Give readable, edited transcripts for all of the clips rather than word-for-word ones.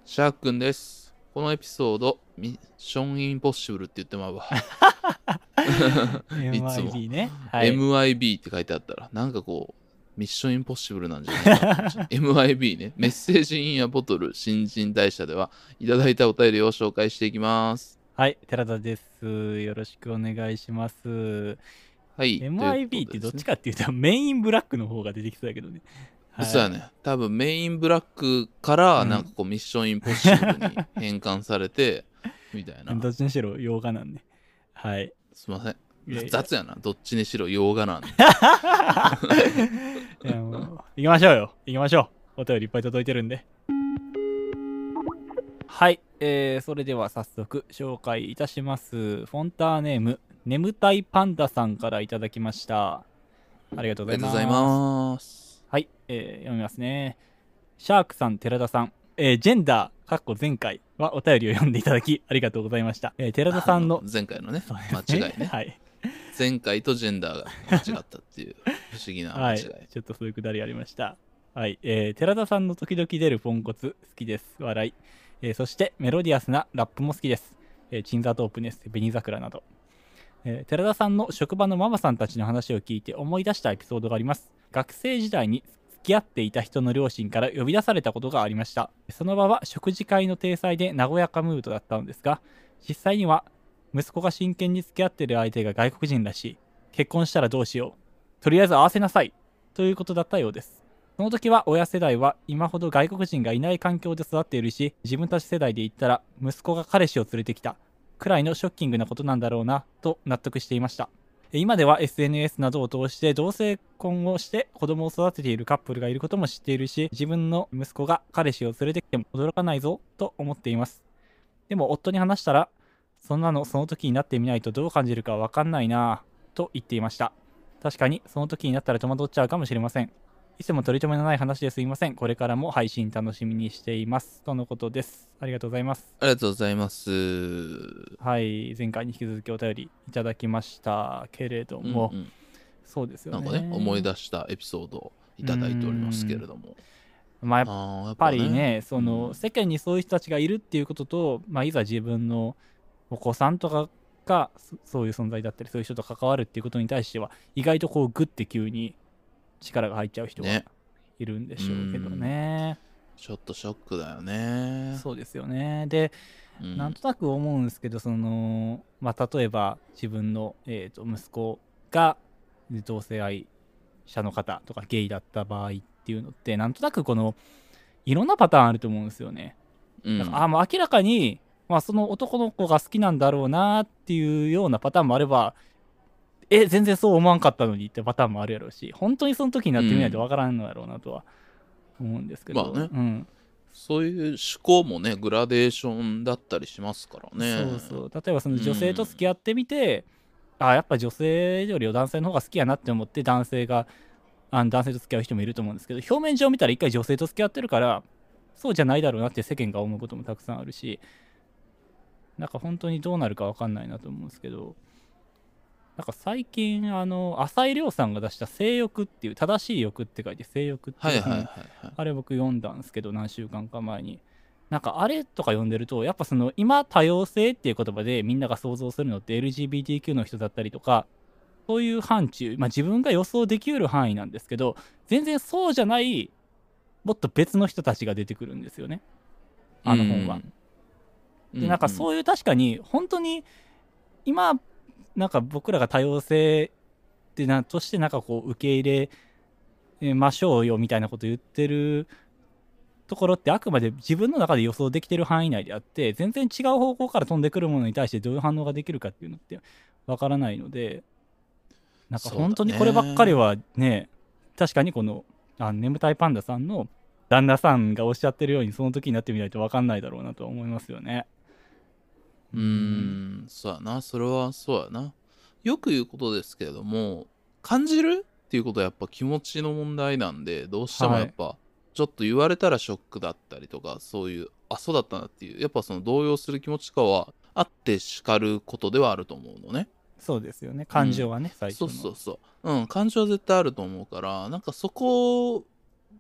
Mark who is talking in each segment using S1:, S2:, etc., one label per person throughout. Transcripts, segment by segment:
S1: シャークくんです。このエピソード、ミッションインポッシブルって言ってまうわ。いつも。
S2: MIB ね。はい。
S1: MIB って書いてあったら、なんかこう、ミッションインポッシブルなんじゃないかって思っちゃう。MIB ね。メッセージインアボトル新陳代謝では、いただいたお便りを紹介していきます。
S2: はい、寺田です。よろしくお願いします。
S1: はい。というこ
S2: MIB ってどっ
S1: とでですね。
S2: ちかっていうとメインブラックの方が出てきそうだけどね。はい。
S1: そうやね。多分メインブラックから、なんか
S2: うん。
S1: こう、ミッションインポッシブルに変換されて、みたいな。
S2: どっちにしろ洋画なんで。はい。
S1: すいません。
S2: いやいや。
S1: 雑やな。どっちにしろ洋画なんで。
S2: いやもう行きましょうよ。行きましょう。お便りいっぱい届いてるんで。はい。それでは早速紹介いたします。フォンターネーム、眠たいパンダさんからいただきました。ありがとうござい
S1: ありがとうござい
S2: ます。
S1: ます。
S2: はい、読みますね。シャークさん、寺田さん、ジェンダー、前回はお便りを読んでいただき、ありがとうございました。寺田さんの、
S1: 前回のね、
S2: そうですね。
S1: 間違いね。
S2: はい。
S1: 前回とジェンダーが間違ったっていう不思議な間違い。
S2: はい。ちょっとそういうくだりありました。はい。寺田さんの時々出るポンコツ、好きです。笑い。そして、メロディアスなラップも好きです。チンザトープネス、紅桜など。寺田さんの職場のママさんたちの話を聞いて思い出したエピソードがあります。学生時代に付き合っていた人の両親から呼び出されたことがありました。その場は食事会の体裁で和やかムードだったのですが、実際には息子が真剣に付き合っている相手が外国人らしい。結婚したらどうしよう。とりあえず合わせなさい。ということだったようです。その時は親世代は今ほど外国人がいない環境で育っているし、自分たち世代で言ったら息子が彼氏を連れてきたくらいのショッキングなことなんだろうなと納得していました。今では SNS などを通して同性婚をして子供を育てているカップルがいることも知っているし、自分の息子が彼氏を連れてきても驚かないぞと思っています。でも夫に話したら、そんなのその時になってみないとどう感じるかわかんないなぁと言っていました。確かにその時になったら戸惑っちゃうかもしれません。いつも取り留めのない話ですいません。これからも配信楽しみにしています。とのことです。ありがとうございます。
S1: ありがとうございます。
S2: はい、前回に引き続きお便りいただきましたけれども、
S1: うんうん。
S2: そうですよ
S1: なんかね、思い
S2: ね。
S1: 出したエピソードをい
S2: うー
S1: ただいておりますけれ
S2: ん。
S1: ども。
S2: まあ、やっ
S1: ああ、やっ
S2: ぱ
S1: ぱね。
S2: りね、
S1: うん。
S2: 世間にそういう人たちがいるっていうことと、いざ自分のお子さんとかがそういう存在だったり、そういう人と関わるっていうことに対しては、意外とこう、グッて急に力が入っちゃう人が
S1: ね。
S2: いるんで
S1: う
S2: しょうけど
S1: ん。
S2: ね。
S1: ちょっとショックだよね。
S2: そうですよね。で、なん
S1: うん。
S2: となく思うんですけど、例えば自分の、息子が同性愛者の方とかゲイだった場合っていうのって、なんとなくいろんなパターンあると思うんですよね。だから、
S1: うん。
S2: もう明らかに、その男の子が好きなんだろうなっていうようなパターンもあれば、全然そう思わんかったのにってパターンもあるやろうし、本当にその時になってみないと
S1: うん。
S2: わからんのやろうなとは思うんですけど、
S1: まあね。
S2: うん。
S1: そういう思考もね、グラデーションだったりしますからね。
S2: そうそう。例えばその
S1: う
S2: 女性と付き
S1: ん。
S2: 合ってみて、やっぱ女性よりは男性の方が好きやなって思って男性と付き合う人もいると思うんですけど、表面上見たら一回女性と付き合ってるから、そうじゃないだろうなって世間が思うこともたくさんあるし、なんか本当にどうなるか分かんないなと思うんですけど、なんか最近、浅井亮さんが出した性欲っていう、正しい欲って書いて性欲って
S1: はいはいはい
S2: いう本、
S1: はい。
S2: あれ僕読んだんですけど、何週間か前に。なんかあれとか読んでると、やっぱ今多様性っていう言葉でみんなが想像するのって LGBTQ の人だったりとか、そういう範疇、自分が予想できうる範囲なんですけど、全然そうじゃない、もっと別の人たちが出てくるんですよね。
S1: う
S2: あの本は。
S1: ん。うん
S2: で、なんか
S1: うん。
S2: そういう確かに、本当に今、なんか僕らが多様性としてなんかこう受け入れましょうよみたいなこと言ってるところってあくまで自分の中で予想できてる範囲内であって、全然違う方向から飛んでくるものに対してどういう反応ができるかっていうのってわからないので、なんか
S1: そうだ
S2: 本当にこればっかり
S1: ね。
S2: はね、確かに眠たいパンダさんの旦那さんがおっしゃってるようにその時になってみないとわかんないだろうなとは思いますよね。う
S1: うー
S2: ん。
S1: そうやな。それはそうやな。よく言うことですけれども、感じるっていうことはやっぱ気持ちの問題なんで、どうしても
S2: はい。
S1: やっぱ、ちょっと言われたらショックだったりとか、そういう、そうだったなっていう、やっぱその動揺する気持ちかはあって叱ることではあると思うのね。
S2: そうですよね。
S1: うん。
S2: 感情はね、最
S1: そう
S2: 初の。
S1: そうそう。うん、感情は絶対あると思うから、なんかそこ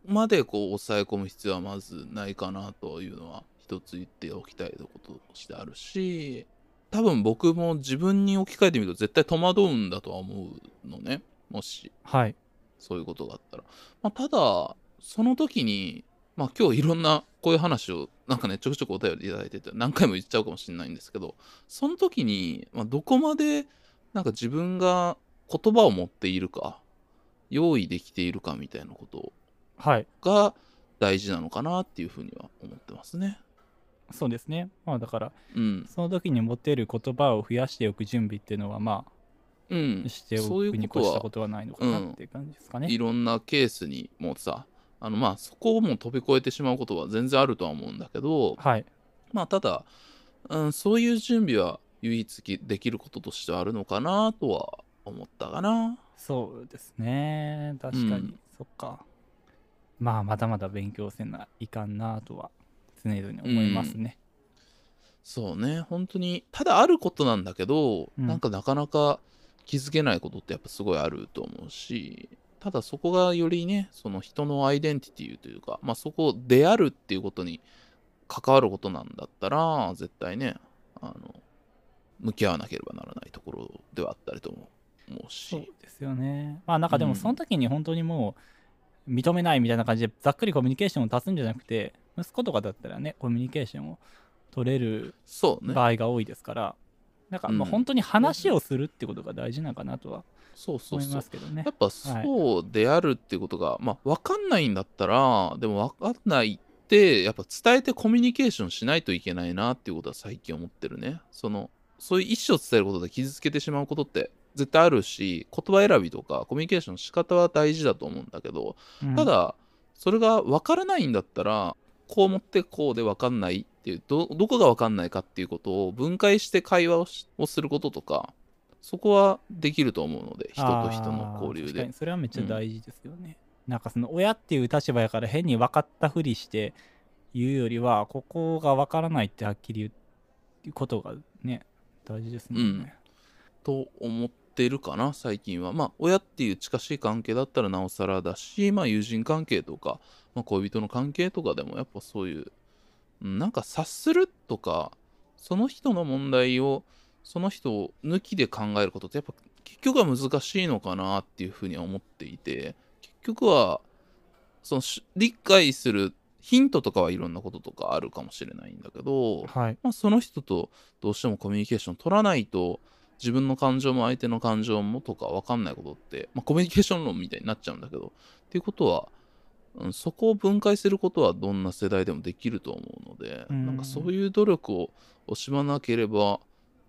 S1: までこう抑え込む必要はまずないかなというのは一つ言っておきたいこととしてあるし、多分僕も自分に置き換えてみると絶対戸惑うんだとは思うのね、もし
S2: はい。
S1: そういうことがあったら。ただその時に今日いろんなこういう話をなんかねちょくちょくお便りいただいてて何回も言っちゃうかもしれないんですけど、その時に、どこまでなんか自分が言葉を持っているか用意できているかみたいなこと
S2: はい。
S1: が大事なのかなっていうふうには思ってますね。
S2: そうですね。だから、
S1: うん
S2: その時に持てる言葉を増やしておく準備っていうのは、してお
S1: そういう
S2: くに
S1: ことは
S2: 越したことはないのかなっていう感じですかね。
S1: いろんなケースにもさそこをもう飛び越えてしまうことは全然あるとは思うんだけど、
S2: はい。
S1: ただ、そういう準備は唯一できることとしてはあるのかなとは思ったかな。
S2: そうですね。確かに、そっか。まだまだ勉強せないかんなとは常々思いますね。
S1: そうね、本当にただあることなんだけど、なかなか気づけないことってやっぱすごいあると思うし、ただそこがよりねその人のアイデンティティというか、そこであるっていうことに関わることなんだったら絶対ね向き合わなければならないところではあったりと思うし。
S2: そうですよね。なんかでもその時に本当にもう認めないみたいな感じでざっくりコミュニケーションを足すんじゃなくて、息子とかだったらねコミュニケーションを取れる場合が多いですから、なんか本当に話をするってことが大事なのかなとは思いますけどね。
S1: やっぱそうであるっていうことが、分かんないんだったら、でも分かんないってやっぱ伝えてコミュニケーションしないといけないなっていうことは最近思ってるね。そういう意思を伝えることで傷つけてしまうことって絶対あるし、言葉選びとかコミュニケーションの仕方は大事だと思うんだけど、ただそれが分からないんだったら、こう思ってこうで分かんないっていう、どこが分かんないかっていうことを分解して会話をすることとか、そこはできると思うので、人と人の交流で。
S2: 確かにそれはめっちゃ大事ですよね。なんかその親っていう立場やから変に分かったふりして言うよりは、ここが分からないってはっきり言うことがね大事ですもんね。
S1: と思ってるかな最近は。親っていう近しい関係だったらなおさらだし、友人関係とか、恋人の関係とかでもやっぱそういうなんか察するとか、その人の問題をその人を抜きで考えることってやっぱ結局は難しいのかなっていうふうには思っていて、結局は理解するヒントとかはいろんなこととかあるかもしれないんだけど、
S2: はい
S1: その人とどうしてもコミュニケーション取らないと自分の感情も相手の感情もとか分かんないことって、コミュニケーション論みたいになっちゃうんだけど、っていうことは、そこを分解することはどんな世代でもできると思うので、なんかそういう努力を惜しまなければ、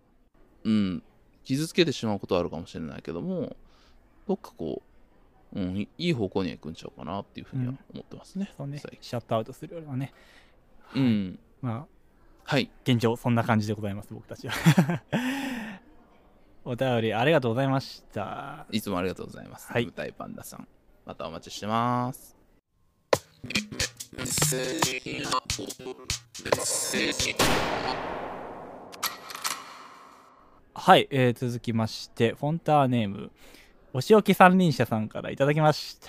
S1: 傷つけてしまうことはあるかもしれないけども、どっかいい方向には行くんちゃうかなっていうふうには思ってますね。
S2: そうね、シャットアウトするよりはね。
S1: はい。
S2: 現状そんな感じでございます、僕たちは。お便りありがとうございました。
S1: いつもありがとうございます。
S2: はい。
S1: 舞台パンダさん、またお待ちしてます。
S2: はい、続きましてフォンターネームお仕置き三輪車さんからいただきました。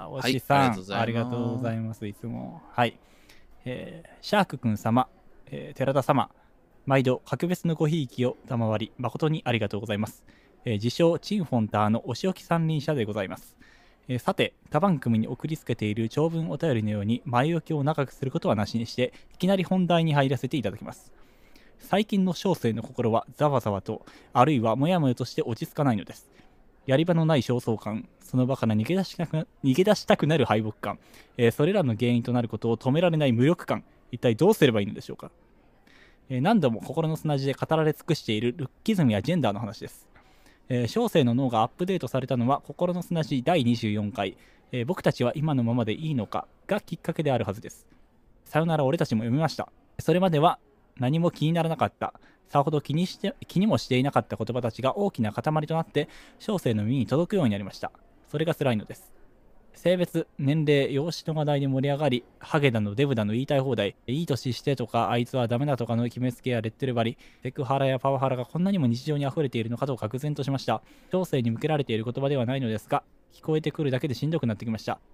S2: おしさん、ありがとうございます。いつも。はい。シャークくん様、寺田様、毎度格別のごひいきを賜り誠にありがとうございます。自称チンフォンターのお仕置き三輪車でございます。さて、他番組に送りつけている長文お便りのように前置きを長くすることはなしにして、いきなり本題に入らせていただきます。最近の小生の心はざわざわと、あるいはもやもやとして落ち着かないのです。やり場のない焦燥感、その場から逃げ出したくなる敗北感、それらの原因となることを止められない無力感、一体どうすればいいのでしょうか。何度も心の砂地で語られ尽くしているルッキズムやジェンダーの話です。小生の脳がアップデートされたのは心の砂地第24回、僕たちは今のままでいいのかがきっかけであるはずです。さよなら俺たちも読みました。それまでは何も気にならなかった、さほど気にもしていなかった言葉たちが大きな塊となって小生の耳に届くようになりました。それが辛いのです。性別、年齢、容姿の話題で盛り上がり、ハゲだのデブだの言いたい放題、いい年してとかあいつはダメだとかの決めつけやレッテル貼り、セクハラやパワハラがこんなにも日常に溢れているのかと愕然としました。小生に向けられている言葉ではないのですが、聞こえてくるだけでしんどくなってきました。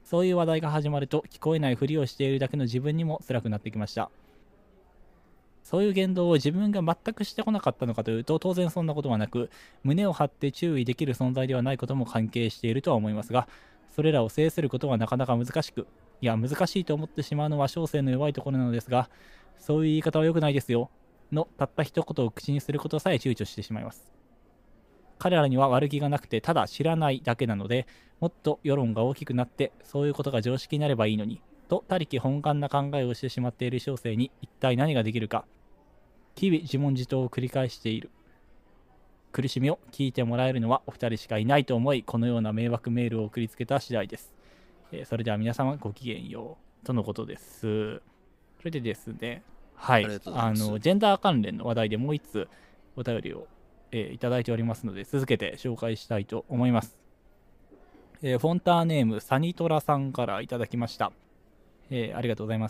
S2: そういう話題が始まると聞こえないふりをしているだけの自分にも辛くなってきました。そういう言動を自分が全くしてこなかったのかというと当然そんなことはなく、胸を張って注意できる存在ではないことも関係しているとは思いますが、それらを制することはなかなか難しく、いや難しいと思ってしまうのは小生の弱いところなのですが、そういう言い方は良くないですよのたった一言を口にすることさえ躊躇してしまいます。彼らには悪気がなくてただ知らないだけなので、もっと世論が大きくなってそういうことが常識になればいいのにと他力本願な考えをしてしまっている小生に一体何ができるか、日々自問自答を繰り返している。苦しみを聞いてもらえるのはお二人しかいないと思い、このような迷惑メールを送りつけた次第です。それでは皆様ごきげんようとのことです。それでですね、はい、ジェンダー関連の話題でもう一つお便りを、いただいておりますので、続けて紹介したいと思います。フォンターネームサニトラさんからいただきました。ありがとうございます。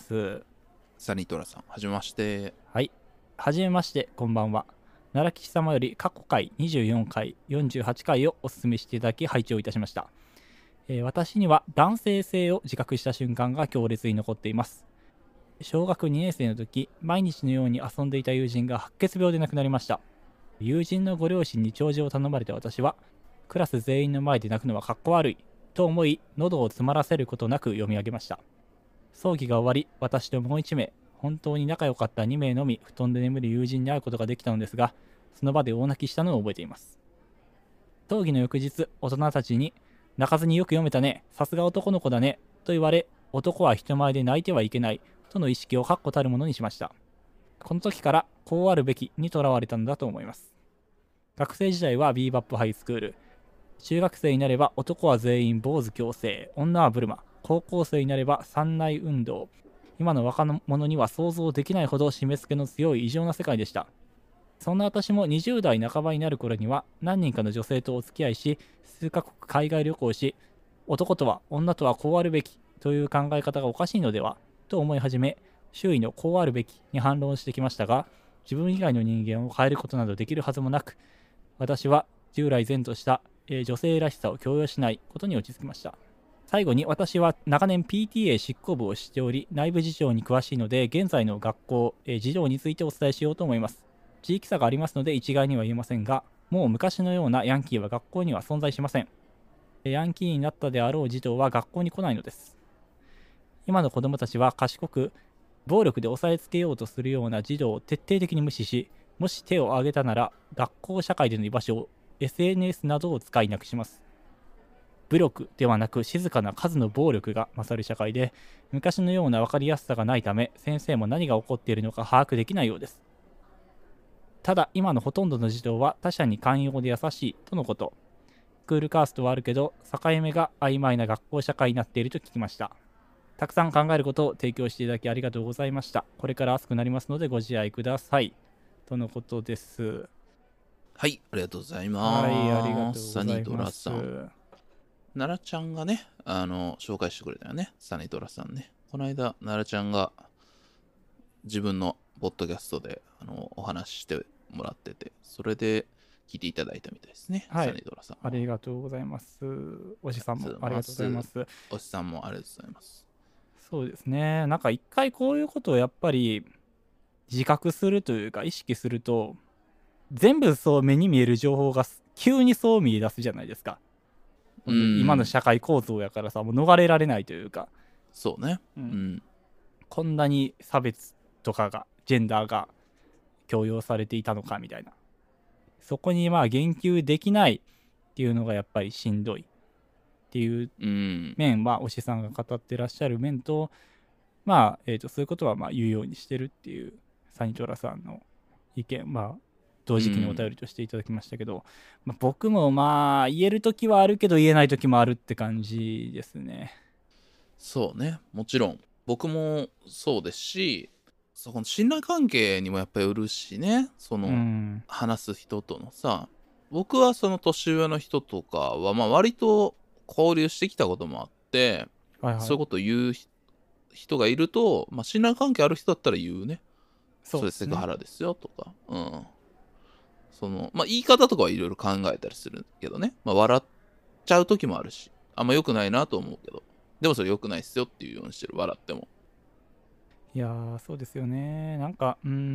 S1: サニトラさん、はじめまして。
S2: はい、はじめまして、こんばんは。奈良吉様より過去回24回、48回をお勧めしていただき拝聴いたしました。私には男性性を自覚した瞬間が強烈に残っています。小学2年生の時、毎日のように遊んでいた友人が白血病で亡くなりました。友人のご両親に弔辞を頼まれた私は、クラス全員の前で泣くのはかっこ悪いと思い、喉を詰まらせることなく読み上げました。葬儀が終わり、私ともう1名、本当に仲良かった2名のみ布団で眠る友人に会うことができたのですが、その場で大泣きしたのを覚えています。葬儀の翌日、大人たちに泣かずによく読めたね、さすが男の子だねと言われ、男は人前で泣いてはいけないとの意識を確固たるものにしました。この時からこうあるべきにとらわれたのだと思います。学生時代はビーバップハイスクール、中学生になれば男は全員坊主強制、女はブルマ、高校生になれば三内運動、今の若者には想像できないほど締め付けの強い異常な世界でした。そんな私も20代半ばになる頃には何人かの女性とお付き合いし、数カ国海外旅行し、男とは女とはこうあるべきという考え方がおかしいのではと思い始め、周囲のこうあるべきに反論してきましたが、自分以外の人間を変えることなどできるはずもなく、私は従来善とした、女性らしさを強要しないことに落ち着きました。最後に、私は長年 PTA 執行部をしており、内部事情に詳しいので、現在の学校、事情についてお伝えしようと思います。地域差がありますので一概には言えませんが、もう昔のようなヤンキーは学校には存在しません。ヤンキーになったであろう児童は学校に来ないのです。今の子供たちは賢く、暴力で押さえつけようとするような児童を徹底的に無視し、もし手を挙げたなら学校社会での居場所を SNS などを使いなくします。武力ではなく静かな数の暴力が勝る社会で、昔のような分かりやすさがないため、先生も何が起こっているのか把握できないようです。ただ、今のほとんどの児童は他者に寛容で優しいとのこと。スクールカーストはあるけど、境目が曖昧な学校社会になっていると聞きました。たくさん考えることを提供していただきありがとうございました。これから暑くなりますのでご自愛ください。とのことです。
S1: はい、ありがとうございます。
S2: はい、ありがとうございます。
S1: サニトラさん。奈良ちゃんがね、紹介してくれたよね。サニトラさんね。この間、奈良ちゃんが自分のポッドキャストでお話ししてもらってて、それで聞いていただいたみたいですね。
S2: はい、
S1: サニトラさん。
S2: ありがとうございます。おしさんもありがとうございます。
S1: おしさんもありがとうございます。
S2: そうですね。なんか一回こういうことをやっぱり自覚するというか意識すると、全部そう目に見える情報が急にそう見え出すじゃないですか。今の社会構造やからさ、もう逃れられないというか。
S1: そうね。うん。
S2: こんなに差別とかが、ジェンダーが強要されていたのかみたいな。そこにまあ言及できないっていうのがやっぱりしんどいっていう面は、おしさんが語ってらっしゃる面と、まあ、そういうことはまあ言うようにしてるっていうサニトラさんの意見、まあ、同時期にお便りとしていただきましたけど、まあ、僕もまあ言える時はあるけど言えない時もあるって感じですね。
S1: そうね、もちろん僕もそうですし、そこの信頼関係にもやっぱりよるしね、その、話す人とのさ、僕はその年上の人とかはまあ割と交流してきたこともあって、はいはい、そういうことを言う人がいると、まあ、信頼関係ある人だったら言うね。それセクハラですよとか。まあ、言い方とかはいろいろ考えたりするけどね。まあ、笑っちゃう時もあるし。あんま良くないなと思うけど。 でもそれ良くないっすよっていうようにしてる、笑っても。
S2: いやー、そうですよね。なんか、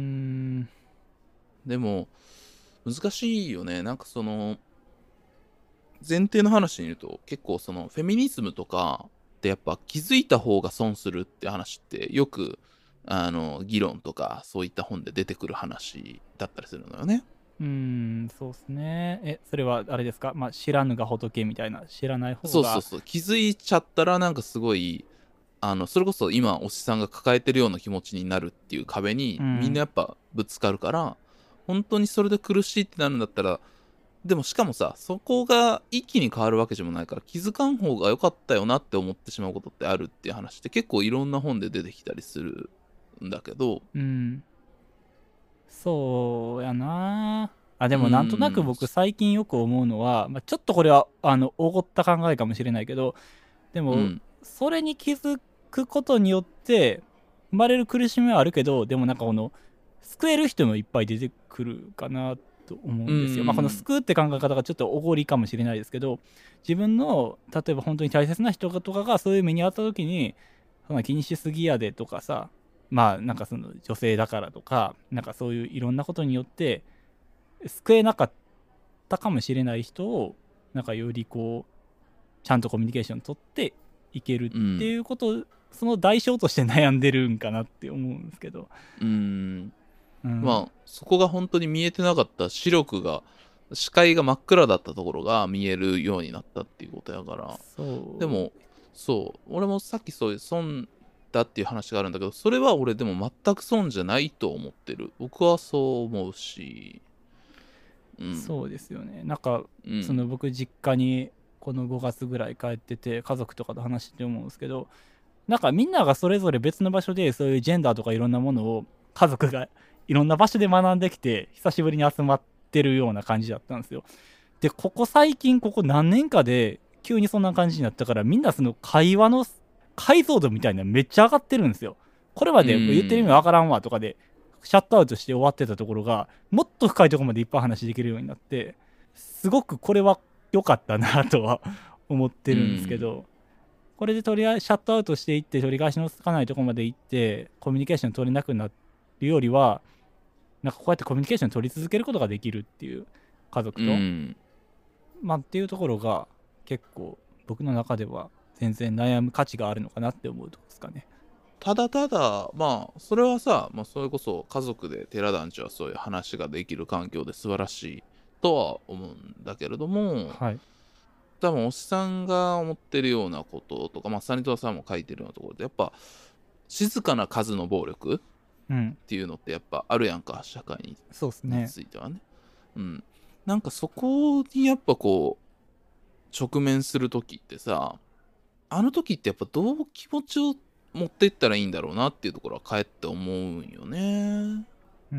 S1: でも、難しいよね。なんかその、前提の話に言うと、結構その、フェミニズムとかってやっぱ気づいた方が損するって話ってよく、議論とかそういった本で出てくる話だったりするのよね。
S2: そうですね。それはあれですか、まあ、知らぬが仏みたいな、知らない方が。
S1: そうそうそう。気づいちゃったらなんかすごい、それこそ今、おしさんが抱えてるような気持ちになるっていう壁にみんなやっぱぶつかるから、本当にそれで苦しいってなるんだったら、でもしかもさ、そこが一気に変わるわけでもないから、気づかん方が良かったよなって思ってしまうことってあるっていう話って結構いろんな本で出てきたりするんだけど、
S2: そうやなあ。で
S1: う
S2: もなんとなく
S1: ん、
S2: 僕最近よく思うのは、まあ、ちょっとこれはおごった考えかもしれないけど、でも
S1: うん、
S2: それに気づくことによって生まれる苦しみはあるけど、でもなんかこの救える人もいっぱい出てくるかなと思う
S1: う
S2: んですよ。まあこの
S1: ん、
S2: 救うって考え方がちょっとおごりかもしれないですけど、自分の例えば本当に大切な人とかがそういう目に遭った時に、そんな気にしすぎやでとかさ、まあなんかその女性だからとか、なんかそういういろんなことによって救えなかったかもしれない人を、なんかよりこうちゃんとコミュニケーション取っていけるって
S1: うん、
S2: いうことを、その代償として悩んでるんかなって思うんですけど。
S1: うん。
S2: うん、
S1: まあ、そこが本当に見えてなかった視力が、視界が真っ暗だったところが見えるようになったっていうことやから。で
S2: そう
S1: も、そう、俺もさっきそういう損だっていう話があるんだけど、それは俺でも全く損じゃないと思ってる。僕はそう思うし、うん、
S2: そうですよね。なんか
S1: うん、
S2: その僕実家にこの5月ぐらい帰ってて家族とかと話して思うんですけど、なんかみんながそれぞれ別の場所でそういうジェンダーとかいろんなものを家族がいろんな場所で学んできて久しぶりに集まってるような感じだったんですよ。でここ最近ここ何年かで急にそんな感じになったから、みんなその会話の解像度みたいなのめっちゃ上がってるんですよ。これま
S1: う
S2: で言ってる意味
S1: ん、
S2: わからんわとかでシャットアウトして終わってたところが、もっと深いところまでいっぱい話できるようになって、すごくこれは良かったなとは思って
S1: う
S2: るんですけ
S1: ん、
S2: ど、これでとりあえずシャットアウトしていって取り返しのつかないところまで行ってコミュニケーション取れなくなるよりは、なんかこうやってコミュニケーション取り続けることができるっていう家族
S1: う
S2: と、
S1: ん。
S2: まあっていうところが結構僕の中では全然悩む価値があるのかなって思うところですかね。
S1: ただただ、まあ、それはさ、まあ、それこそ家族で寺団地はそういう話ができる環境で素晴らしいとは思うんだけれども、
S2: はい。
S1: 多分おっさんが思ってるようなこととか、まあ、サニトラさんも書いてるようなところでやっぱ静かな数の暴力っ
S2: うん。
S1: ていうのってやっぱあるやんか、社会に
S2: そうですね。
S1: ついてはね。うん、なんかそこにやっぱこう直面する時ってさ、あの時ってやっぱどう気持ちを持っていったらいいんだろうなっていうところはかえって思うんよね。
S2: うん。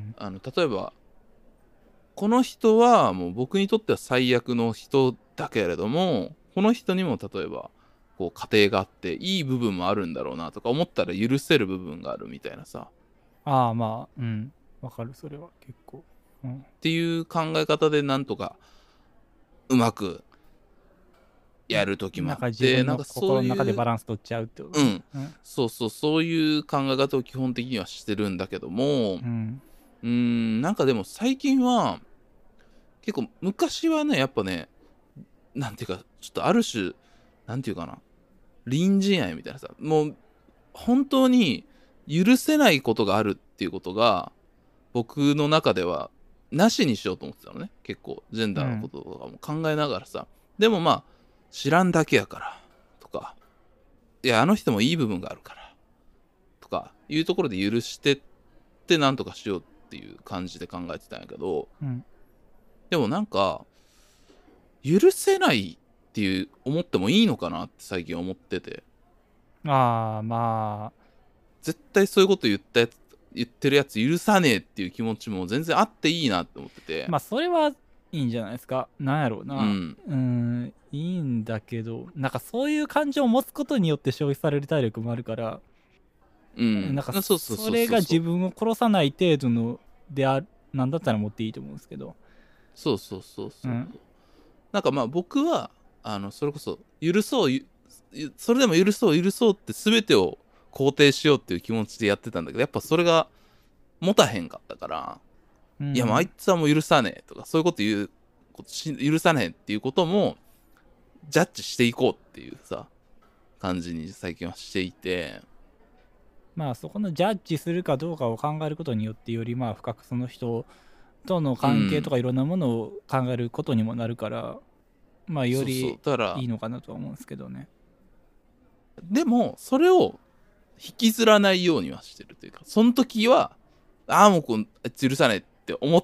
S1: 例えばこの人はもう僕にとっては最悪の人だけれども、この人にも例えばこう家庭があっていい部分もあるんだろうなとか思ったら許せる部分があるみたいなさ、
S2: ああ、まあ、うん。わかる、それは結構。うん。
S1: っていう考え方でなんとかうまくやる時も
S2: なん
S1: あって、
S2: か自分
S1: なんかそ
S2: の心の中で
S1: ういう、
S2: バランス取っちゃうってことね。
S1: うん、そうそう、そういう考え方を基本的にはしてるんだけども、
S2: うん。
S1: なんかでも最近は結構昔はね、やっぱね、なんていうか、ちょっとある種、なんていうかな、隣人愛みたいなさ、もう本当に許せないことがあるっていうことが、僕の中ではなしにしようと思ってたのね。結構、ジェンダーのこ
S2: うん。
S1: ととかも考えながらさ。でもまあ、知らんだけやから、とか、いや、あの人もいい部分があるから、とか、いうところで許してってなんとかしようっていう感じで考えてたんやけど、
S2: うん。
S1: でもなんか、許せないっていう思ってもいいのかなって最近思ってて、
S2: ああ、まあ、
S1: 絶対そういうこと言ってるやつ許さねえっていう気持ちも全然あっていいなって思ってて、
S2: まあ、それはいいんじゃないですか。なんやろうな。
S1: うん、
S2: いいんだけど、なんかそういう感情を持つことによって消費される体力もあるから、
S1: うん、
S2: なんか
S1: そうそう
S2: それが
S1: そうそうそう、
S2: 自分を殺さない程度のである、なんだったら持っていいと思うんですけど。
S1: そうそうそうそう、
S2: うん。
S1: なんかまあ僕はそれこそ許そうそれでも許そうって全てを肯定しようっていう気持ちでやってたんだけど、やっぱそれが持たへんかったから、いやもうあいつはもう許さねえとか、そういうこと言う許さねえっていうこともジャッジしていこうっていうさ感じに最近はしていて、
S2: まあそこのジャッジするかどうかを考えることによってよりまあ深くその人との関係とかいろんなものを考えることにもなるから、まあよりいいのかなとは思うんですけどね。
S1: でもそれを引きずらないようにはしてるというか、その時はああもうあいつ許さないって思って、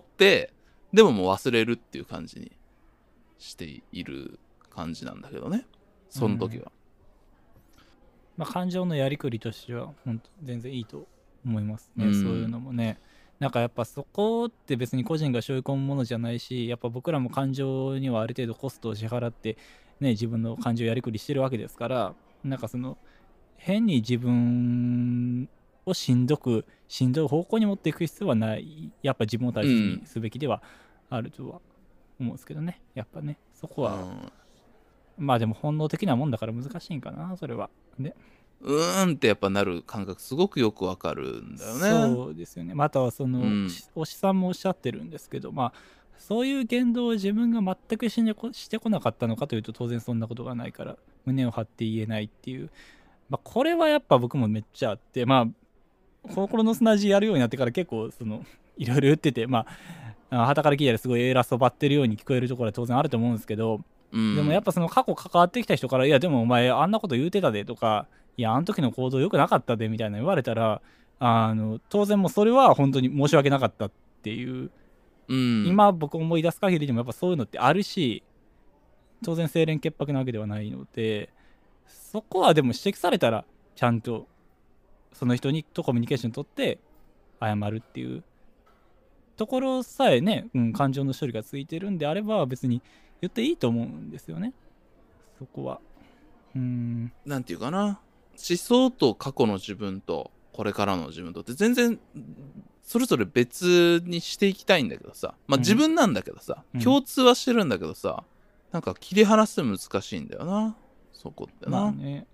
S1: でももう忘れるっていう感じにしている感じなんだけどね、その時は。
S2: まあ感情のやりくりとしては本当全然いいと思いますね、そういうのもね。なんかやっぱそこって別に個人が背負い込むものじゃないし、やっぱ僕らも感情にはある程度コストを支払ってね、自分の感情をやりくりしてるわけですから、なんかその変に自分をしんどい方向に持っていく必要はない。やっぱ自分を大切にすべきではあるとは思うんですけどね。やっぱね、そこは、まあでも本能的なもんだから難しいんかな、それは。ね。
S1: ってやっぱなる感覚すごくよくわかるんだよね。
S2: そうですよね。またはその、おしさんもおっしゃってるんですけど、まあそういう言動を自分が全くしてこなかったのかというと当然そんなことがないから胸を張って言えないっていう、まあ、これはやっぱ僕もめっちゃあって、まあ心の砂地やるようになってから結構そのいろいろ言ってて、まあ傍から聞いたらすごい偉そうばってるように聞こえるところは当然あると思うんですけど、でもやっぱその過去関わってきた人からいやでもお前あんなこと言うてたでとか、いやあの時の行動良くなかったでみたいな言われたら、当然もうそれは本当に申し訳なかったっていう、今僕思い出す限りでもやっぱそういうのってあるし、当然清廉潔白なわけではないので、そこはでも指摘されたらちゃんとその人とコミュニケーション取って謝るっていうところさえね、感情の処理がついてるんであれば別に言っていいと思うんですよね、そこは。
S1: なんていうかな、思想と過去の自分とこれからの自分とって全然それぞれ別にしていきたいんだけどさ、まあ自分なんだけどさ、共通はしてるんだけどさ、なんか切り離すの難しいんだよな、そこってな。
S2: まあね。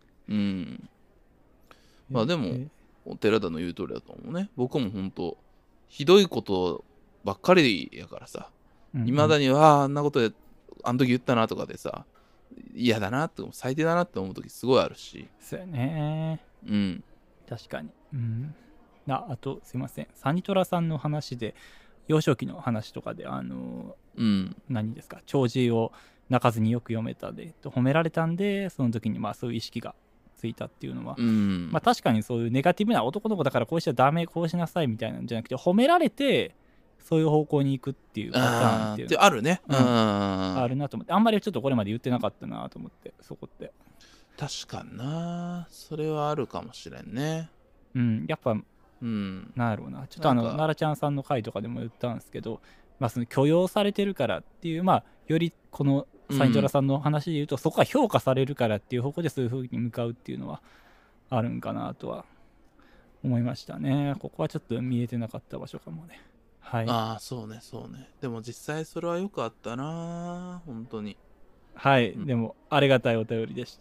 S1: まあでも寺田の言う通りだと思うね。僕も本当ひどいことばっかりやからさ、いまだにあんなことであの時言ったなとかでさ、嫌だなって最低だなって思う時すごいあるし。
S2: そうやね。確かに。あとすいません、サニトラさんの話で幼少期の話とかで何ですか、弔辞を泣かずによく読めたでと褒められたんで、その時にまあそういう意識がついたっていうのは、まあ確かにそういうネガティブな男の子だからこうしちゃダメこうしなさいみたいなんじゃなくて、褒められてそういう方向に行くっていうパターンっていうの
S1: あるね。
S2: あるなと思って、あんまりちょっとこれまで言ってなかったなと思って、そこって
S1: 確かにな、それはあるかもしれんね。
S2: やっぱなんだろうな、ちょっと奈良ちゃんさんの回とかでも言ったんですけど、まあその許容されてるからっていう、まあよりこのサニトラさんの話で言うと、そこが評価されるからっていう方向でそういう風に向かうっていうのはあるんかなとは思いましたね。ここはちょっと見えてなかった場所かもね。はい。
S1: そうね。でも実際それはよくあったな、本当に。
S2: はい、でもありがたいお便りでした。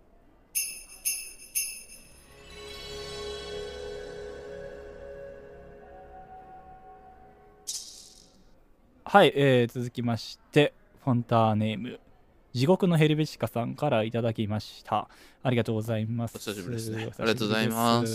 S2: はい、続きましてフォンターネーム地獄のヘルベチカさんからいただきました。ありがとうございます。
S1: お久しぶりですね。ありがとうございます。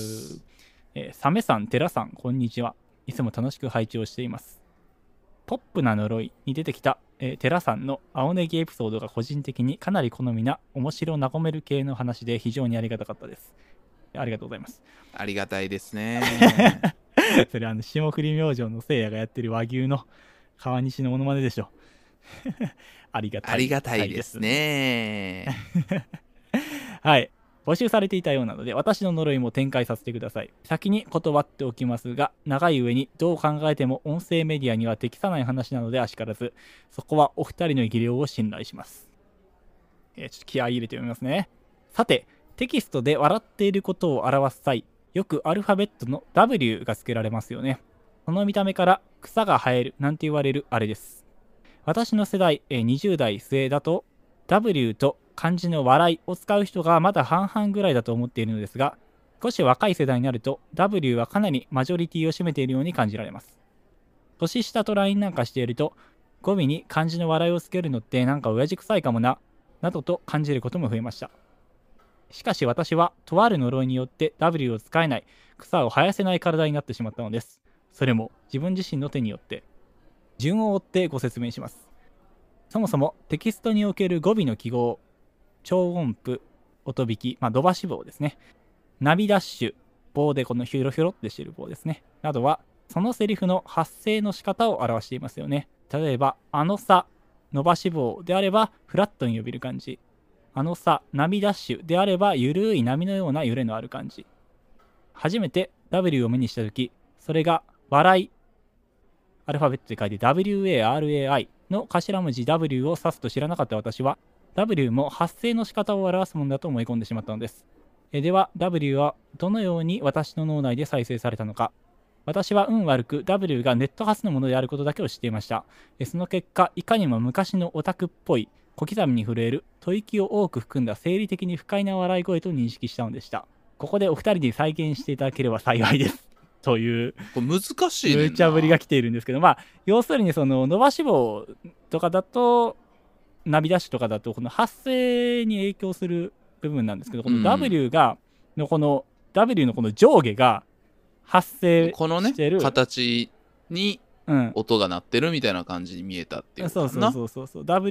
S2: サメさん、テラさん、こんにちは。いつも楽しく拝聴しています。ポップな呪いに出てきた、テラさんの青ネギエピソードが個人的にかなり好みな面白和める系の話で非常にありがたかったです。ありがとうございます。
S1: ありがたいですね。
S2: それ霜降り明星のせいやがやってる和牛の川西のモノマネでしょ。ありがたいですね。はい。募集されていたようなので、私の呪いも展開させてください。先に断っておきますが、長い上にどう考えても音声メディアには適さない話なのであしからず、そこはお二人の技量を信頼します。ちょっと気合い入れて読みますね。さて、テキストで笑っていることを表す際、よくアルファベットの W が付けられますよね。その見た目から草が生えるなんて言われるあれです。私の世代、20代末だと W と漢字の笑いを使う人がまだ半々ぐらいだと思っているのですが、少し若い世代になると W はかなりマジョリティを占めているように感じられます。年下と LINE なんかしていると、語尾に漢字の笑いをつけるのってなんか親父臭いかもな、などと感じることも増えました。しかし私はとある呪いによって W を使えない、草を生やせない体になってしまったのです。それも自分自身の手によって。順を追ってご説明します。そもそもテキストにおける語尾の記号、超音符、音引き、伸ばし棒ですね。ナビダッシュ、棒でこのヒョロヒョロってしてる棒ですね。などは、そのセリフの発声の仕方を表していますよね。例えば、あのさ、伸ばし棒であれば、フラットに呼びる感じ。あのさ、ナビダッシュであれば、ゆるい波のような揺れのある感じ。初めて W を目にしたとき、それが、笑い。アルファベットで書いて WARAI の頭文字 W を指すと知らなかった私は、W も発声の仕方を表すものだと思い込んでしまったのです。では W はどのように私の脳内で再生されたのか。私は運悪く W がネット発のものであることだけを知っていました。その結果、いかにも昔のオタクっぽい小刻みに震える吐息を多く含んだ生理的に不快な笑い声と認識したのでした。ここでお二人に再現していただければ幸いです。という
S1: これ難しいねんな。
S2: 無茶ぶりが来ているんですけど、要するにその伸ばし棒とかだと、ナビダッシュとかだとこの発声に影響する部分なんですけど、この W が、この W のこの上下が発声
S1: このね
S2: してる
S1: 形に音が鳴ってるみたいな感じに見えたっていうことかな。
S2: そう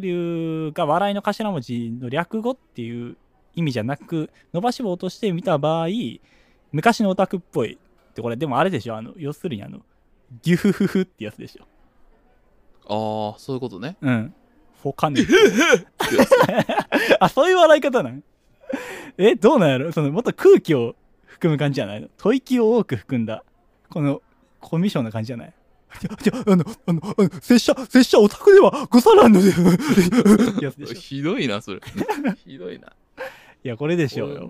S2: 。W が笑いの頭文字の略語っていう意味じゃなく、伸ばし棒として見た場合、昔のオタクっぽいって、これでもあれでしょ、要するにギュフフフってやつでしょ。
S1: ああ、そういうことね。
S2: フォカネあ、そういう笑い方なんどうなんやろ、もっと空気を含む感じじゃないの、吐息を多く含んだこのコミュ障な感じじゃない。拙者オタクではござらんのでやつでしょ。
S1: ひどいなそれひどいな。
S2: いやこれでしょうよ。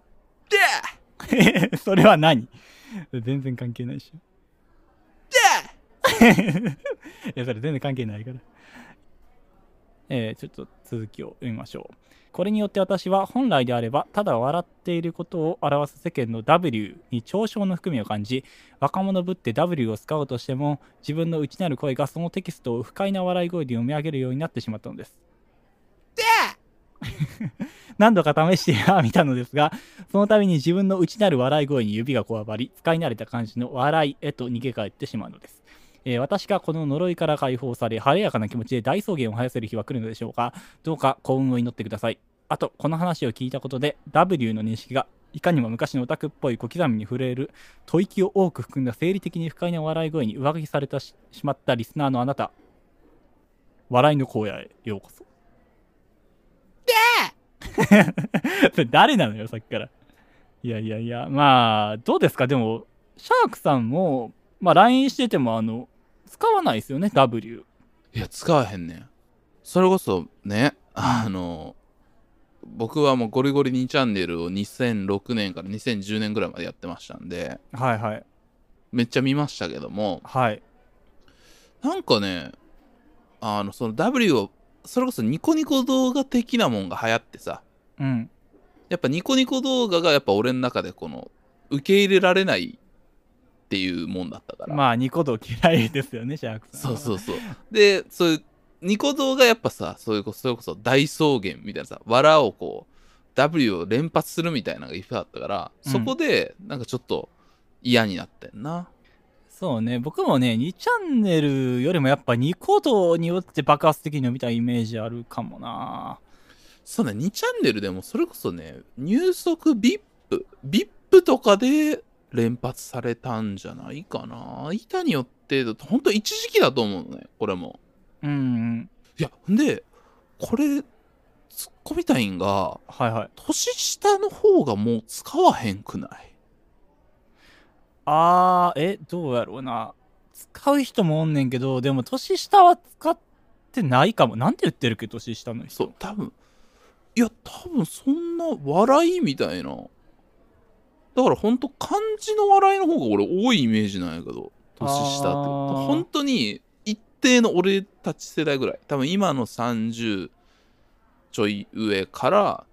S1: で
S2: それは何、全然関係ないでしょ。いやそれ全然関係ないから。ちょっと続きを読みましょう。これによって私は本来であればただ笑っていることを表す世間の W に嘲笑の含みを感じ、若者ぶって W を使おうとしても自分の内なる声がそのテキストを不快な笑い声で読み上げるようになってしまったのです。何度か試してみたのですが、その度に自分の内なる笑い声に指がこわばり、使い慣れた感じの笑いへと逃げ帰ってしまうのです。私がこの呪いから解放され晴れやかな気持ちで大草原を生やせる日は来るのでしょうか。どうか幸運を祈ってください。あとこの話を聞いたことで W の認識がいかにも昔のオタクっぽい小刻みに震える吐息を多く含んだ生理的に不快な笑い声に上書きされてしまったリスナーのあなた、笑いの荒野へようこそ。それ誰なのよさっきから。いやどうですか。でもシャークさんもLINE してても使わないですよね W。
S1: いや使わへんねん。それこそね、僕はもうゴリゴリ2チャンネルを2006年から2010年ぐらいまでやってましたんで、めっちゃ見ましたけども、なんかね、その W をそれこそニコニコ動画的なもんが流行ってさ、やっぱニコニコ動画がやっぱ俺の中でこの受け入れられないっていうもんだったから。
S2: ニコ動嫌いですよねシャークさん。
S1: そうで、そういうニコ動がやっぱさ、それこそ大草原みたいなさ、笑をこう W を連発するみたいなのがいっぱいあったから、そこでなんかちょっと嫌になってんな。
S2: そうね、僕もね2チャンネルよりもやっぱニコ動によって爆発的に見たイメージあるかもな。
S1: そうね、2チャンネルでもそれこそね、入足 VIP とかで連発されたんじゃないかな。板によってほんと一時期だと思うのね、これも。いやでこれ突っ込みたいんが、年下の方がもう使わへんくない？
S2: どうやろうな。使う人もおんねんけど、でも年下は使ってないかも。なんて言ってるっけ年下の人。
S1: そう多分そんな笑いみたいな、だからほんと漢字の笑いの方が俺多いイメージなんやけど、年下ってほんとに一定の俺たち世代ぐらい、多分今の30 ちょい上から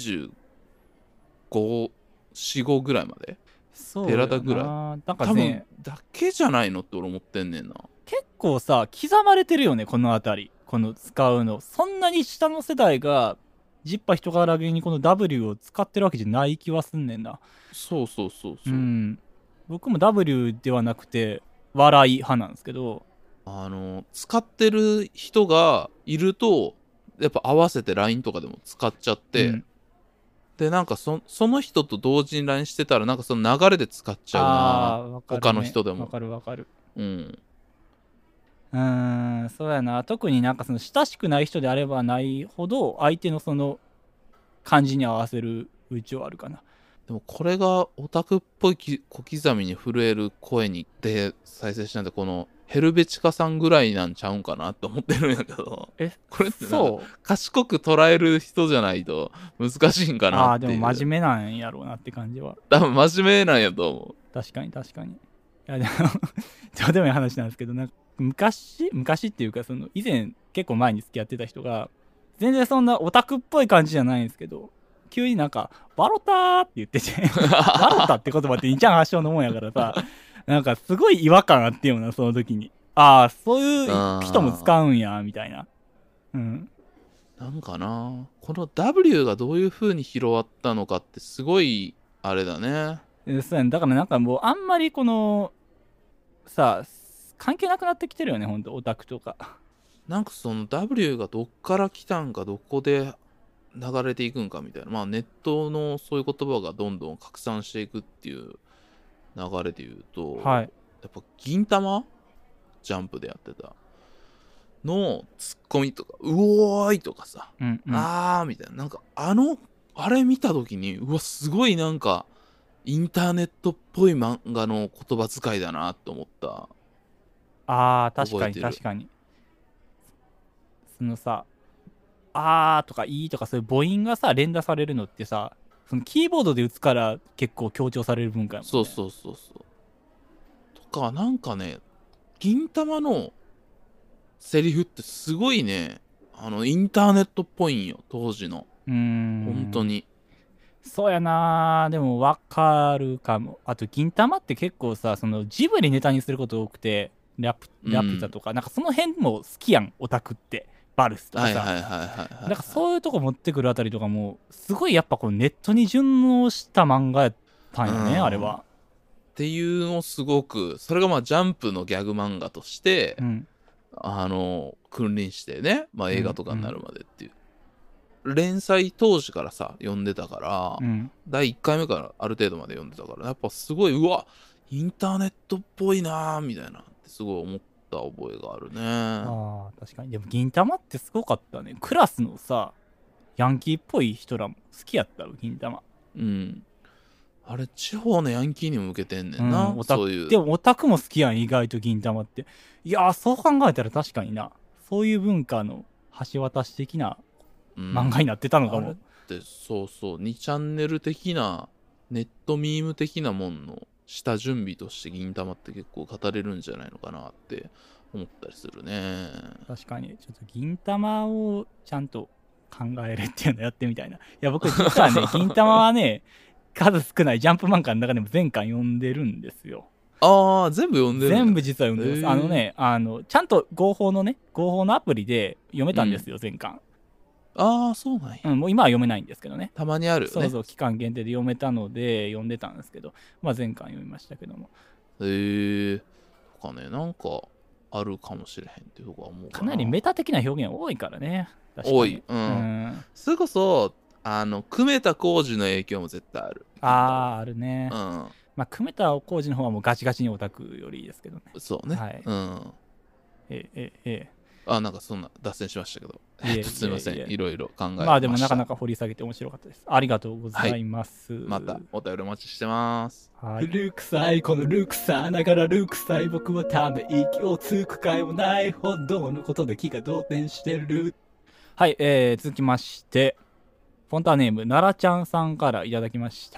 S1: 25、4、5ぐらいまで
S2: そう
S1: 寺田ぐらい
S2: なんか
S1: 多
S2: ね
S1: 分だけじゃないのって俺思ってんねんな。
S2: 結構さ刻まれてるよねこの辺り、この使うの。そんなに下の世代がジッパ人柄げにこの W を使ってるわけじゃない気はすんねんな。
S1: そうそうそうそう、
S2: 僕も W ではなくて笑い派なんですけど、
S1: 使ってる人がいるとやっぱ合わせて LINE とかでも使っちゃって、でなんかその人と同時に LINE してたらなんかその流れで使っちゃうな。
S2: わかるね、
S1: 他の人でも
S2: わかるわかる。
S1: うん
S2: そうやな。特になんかその親しくない人であればないほど相手のその感じに合わせる風潮あるかな。
S1: でもこれがオタクっぽい小刻みに震える声にで再生しないとこのヘルベチカさんぐらいなんちゃうんかなって思ってるんやけど、これってなんか賢く捉える人じゃないと難しいんかなっていう。
S2: でも真面目なんやろうなって感じは。
S1: 多分真面目なんやと思う。
S2: 確かに確かに。いやでもどうでもいい話なんですけど、なんか昔っていうかその以前結構前に付き合ってた人が全然そんなオタクっぽい感じじゃないんですけど、急になんかバロターって言っててバロタって言葉って2ちゃん発祥のもんやからさ、なんかすごい違和感あってよなその時に。そういう人も使うんやみたいな。
S1: なんかな、この W がどういう風に広わったのかってすごいあれだね。
S2: そうやん。だからなんかもうあんまりこのさ関係なくなってきてるよね、ほんとオタクとか。
S1: なんかその W がどっから来たんかどこで流れていくんかみたいな、まあネットのそういう言葉がどんどん拡散していくっていう流れで言うと、やっぱ銀玉ジャンプでやってたのツッコミとかうおーいとかさ、あーみたいな、なんかあれ見た時にうわすごいなんかインターネットっぽい漫画の言葉遣いだなって思った。
S2: 確かに確かに。そのさとかいいとかそういう母音がさ連打されるのってさ、そのキーボードで打つから結構強調される文化やもんね。
S1: そうとかなんかね、銀玉のセリフってすごいね、インターネットっぽいんよ当時の。本当に
S2: そうやな。でも分かるかも。あと銀玉って結構さそのジブリネタにすること多くて、ラピュタとか、なんかその辺も好きやんオタクって。バルスとかさ、なんかそういうとこ持ってくるあたりとかもすごいやっぱこうネットに順応した漫画やったんやね、あれは。
S1: っていうのをすごく、それがまあジャンプのギャグ漫画として、君臨してね、まあ映画とかになるまでっていう。連載当時からさ読んでたから、第1回目からある程度まで読んでたから、やっぱすごいうわインターネットっぽいなーみたいなってすごい思った覚えがあるね。
S2: 確かに。でも銀玉ってすごかったね。クラスのさヤンキーっぽい人らも好きやったよ銀玉。
S1: あれ地方のヤンキーにも向けてんねんな、そういう。
S2: でもオタクも好きやん意外と銀玉って。いやそう考えたら確かにな、そういう文化の橋渡し的な漫画になってたのかも。
S1: あれってそう2チャンネル的なネットミーム的なもんの下準備として銀玉って結構語れるんじゃないのかなって思ったりするね。
S2: 確かにちょっと銀玉をちゃんと考えるっていうのやってみたいな。いや僕実はね銀玉はね数少ないジャンプ漫画の中でも全巻読んでるんですよ。
S1: 全部読んでる。
S2: 全部実は読んでます。ちゃんと合法のアプリで読めたんですよ、全巻。
S1: そうなんや。
S2: もう今は読めないんですけどね。
S1: たまにあるよね。
S2: そう期間限定で読めたので読んでたんですけど、まあ全巻読みましたけども。
S1: とかね、なんかあるかもしれへんっていうとこは思う
S2: かなりメタ的な表現多いからね。
S1: 多い。それこそ久米田浩二の影響も絶対ある。
S2: あるね。まあ久米田浩二の方はもうガチガチにオタクよりいいですけどね。
S1: そうね。なんかそんな脱線しましたけど、すみません、いろいろ考えました。
S2: まあでもなかなか掘り下げて面白かったです。ありがとうございます。
S1: またお便りお待ちしてます。
S2: ルクサいこのルクサながらルクサい僕はため息をつくかいもないほどのことで気が動転してる。はい、続きましてフォンターネーム奈良ちゃんさんからいただきました。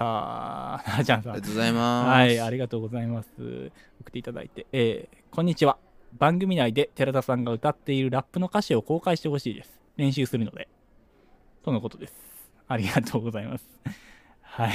S2: 奈良ちゃんさん、
S1: ありがとうございます。
S2: はい、ありがとうございます。送っていただいて、こんにちは。番組内で寺田さんが歌っているラップの歌詞を公開してほしいです。練習するので。 とのことです。ありがとうございます。はい。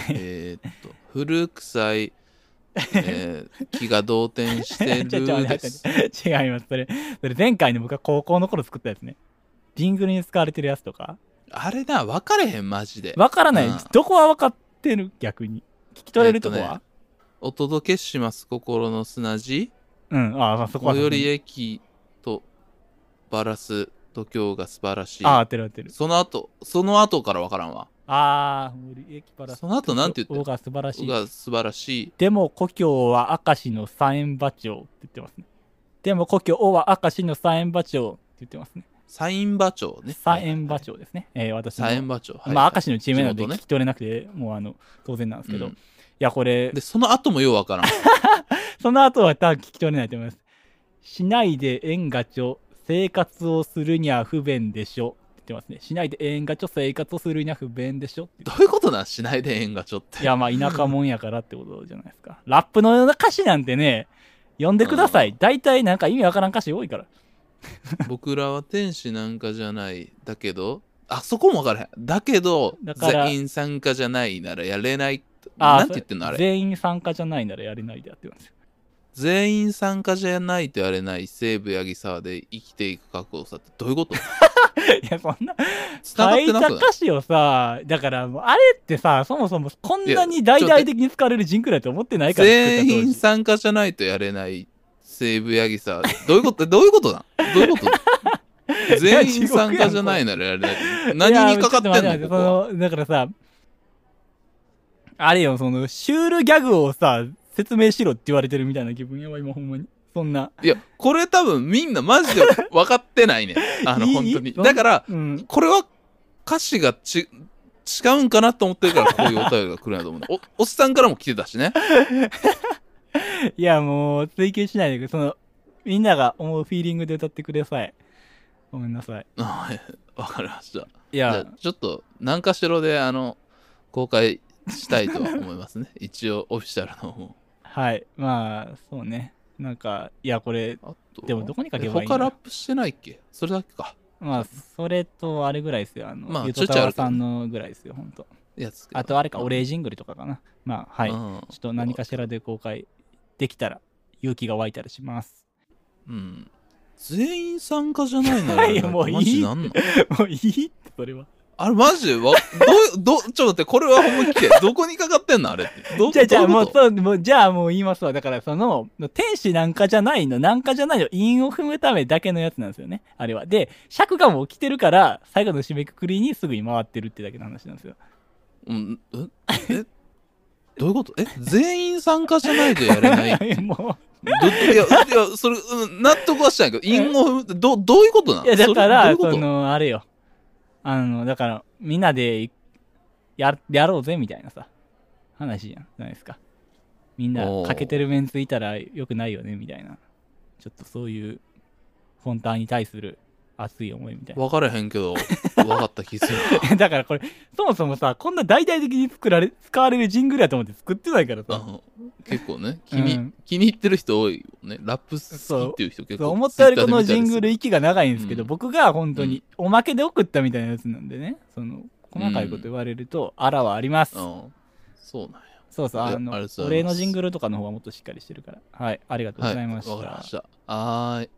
S1: 古臭い、気が動転してるです。
S2: 違います。それ前回の僕が高校の頃作ったやつね。ジングルに使われてるやつとか。
S1: あれな、分かれへん、マジで。
S2: 分からない。どこは分かってる逆に。聞き取れるとこは、
S1: お届けします心の砂地。
S2: そこは。
S1: 最寄り駅とバラス度胸が素晴らしい。
S2: 合ってる。
S1: その後から分からんわ。
S2: 最寄り駅バラス。
S1: その後なんて言ってる？
S2: が素晴らしい。
S1: が素晴らしい。
S2: でも故郷は明石の左円馬町って言ってますね。でも故郷は明石の左円馬町って言ってますね。
S1: 左円馬町ね。
S2: 左円馬町ですね。私の。
S1: 左円馬町。
S2: 明石の地名なので聞き取れなくて、もう当然なんですけど。いや、これ。
S1: で、その後もようわからん。
S2: その後は多分聞き取れないと思います。しないで縁がちょ、生活をするには不便でしょ。って言ってますね。しないで縁がちょ、生活をするには不便でしょ。
S1: どういうことなん？しないで縁がちょって。
S2: いや、田舎もんやからってことじゃないですか。ラップの歌詞なんてね、読んでください。大体なんか意味わからん歌詞多いから。
S1: 僕らは天使なんかじゃない。だけど、そこも分からへん。だけど、全員参加じゃないならやれない。なんて言ってんのあれ。
S2: 全員参加じゃないならやれないでやってますよ。
S1: 全員参加じゃないとやれない西武八木沢で生きていく覚悟さってどういうこと？い
S2: や、そんな、
S1: 伝わってなくない？
S2: 書いた歌詞をさ、だからもうあれってさ、そもそもこんなに大々的に使われるジンクラって思ってないから。
S1: 全員参加じゃないとやれない西武八木沢。どういうことなん？どういうこと全員参加じゃないならやれない。何にかかってんの？ここ
S2: だからさ、あれよ、シュールギャグをさ、説明しろって言われてるみたいな気分やわ、今ほんまに。そんな。
S1: いや、これ多分みんなマジで分かってないね。本当に。だから、これは歌詞が違うんかなと思ってるからこういうお便りが来るんだと思うね。おっさんからも来てたしね。
S2: いや、もう追求しないでくれ。みんなが思うフィーリングで歌ってください。ごめんなさい。
S1: わかりました。
S2: いや、
S1: ちょっと何かしらで公開したいとは思いますね。一応オフィシャルの方。
S2: はい。そうね。なんか、いや、これ、でもどこに書けばいいの？
S1: 他ラップしてないっけ？それだけか。
S2: それとあれぐらいですよ。
S1: ゆ
S2: とたわさんのぐらいですよ、ほんと。あとあれか、お礼ジングルとかかな。はい。ちょっと何かしらで公開できたら、勇気が湧いたりします。
S1: 全員参加じゃないなら、
S2: いや、もういい。
S1: マジなんの？
S2: もういいって、それは。
S1: あれマジでちょっと待って、これはほんま聞け。どこにかかってんのあれって。
S2: じゃあもう言いますわ。だから天使なんかじゃないの韻を踏むためだけのやつなんですよね。あれは。で、尺がもう来てるから、最後の締めくくりにすぐに回ってるってだけの話なんですよ。
S1: どういうこと？全員参加じゃないとやれない
S2: もう。
S1: いや、それ、納得はしたんやけど、韻を踏むって、どういうことなの？
S2: いや、だから、あれよ。だから、みんなでやろうぜみたいなさ、話じゃないですか。みんな、欠けてるメンツいたらよくないよねみたいな。ちょっとそういう、フォンターに対する熱い思いみたいな。
S1: 分からへんけど、分かった気する。
S2: だからこれ、そもそもさ、こんな大々的に使われるジングルやと思って作ってないからさ。
S1: 結構ね、気に入ってる人多いよね。ラップ好きっていう人結構。
S2: 思ったよりこのジングル息が長いんですけど、僕が本当におまけで送ったみたいなやつなんでね、細かいこと言われると、あらはあります。
S1: そうなんや。
S2: そう、お礼のジングルとかの方がもっとしっかりしてるから。はい、ありがとうございました。
S1: わかりました。はーい。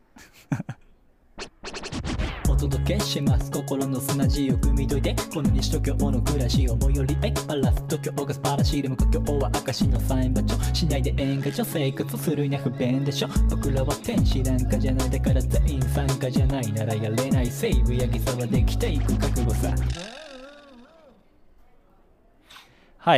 S3: お届けします心の砂地を汲み解いてこの西東京の暮らしを最寄りへバラス東京が素晴らしいでも故郷は明石のサイン場所しないで縁がちょ生活するには不便でしょ僕らは天使なんかじゃないだから全員参加じゃないならやれない西武八木沢できていく覚悟さ
S2: はい。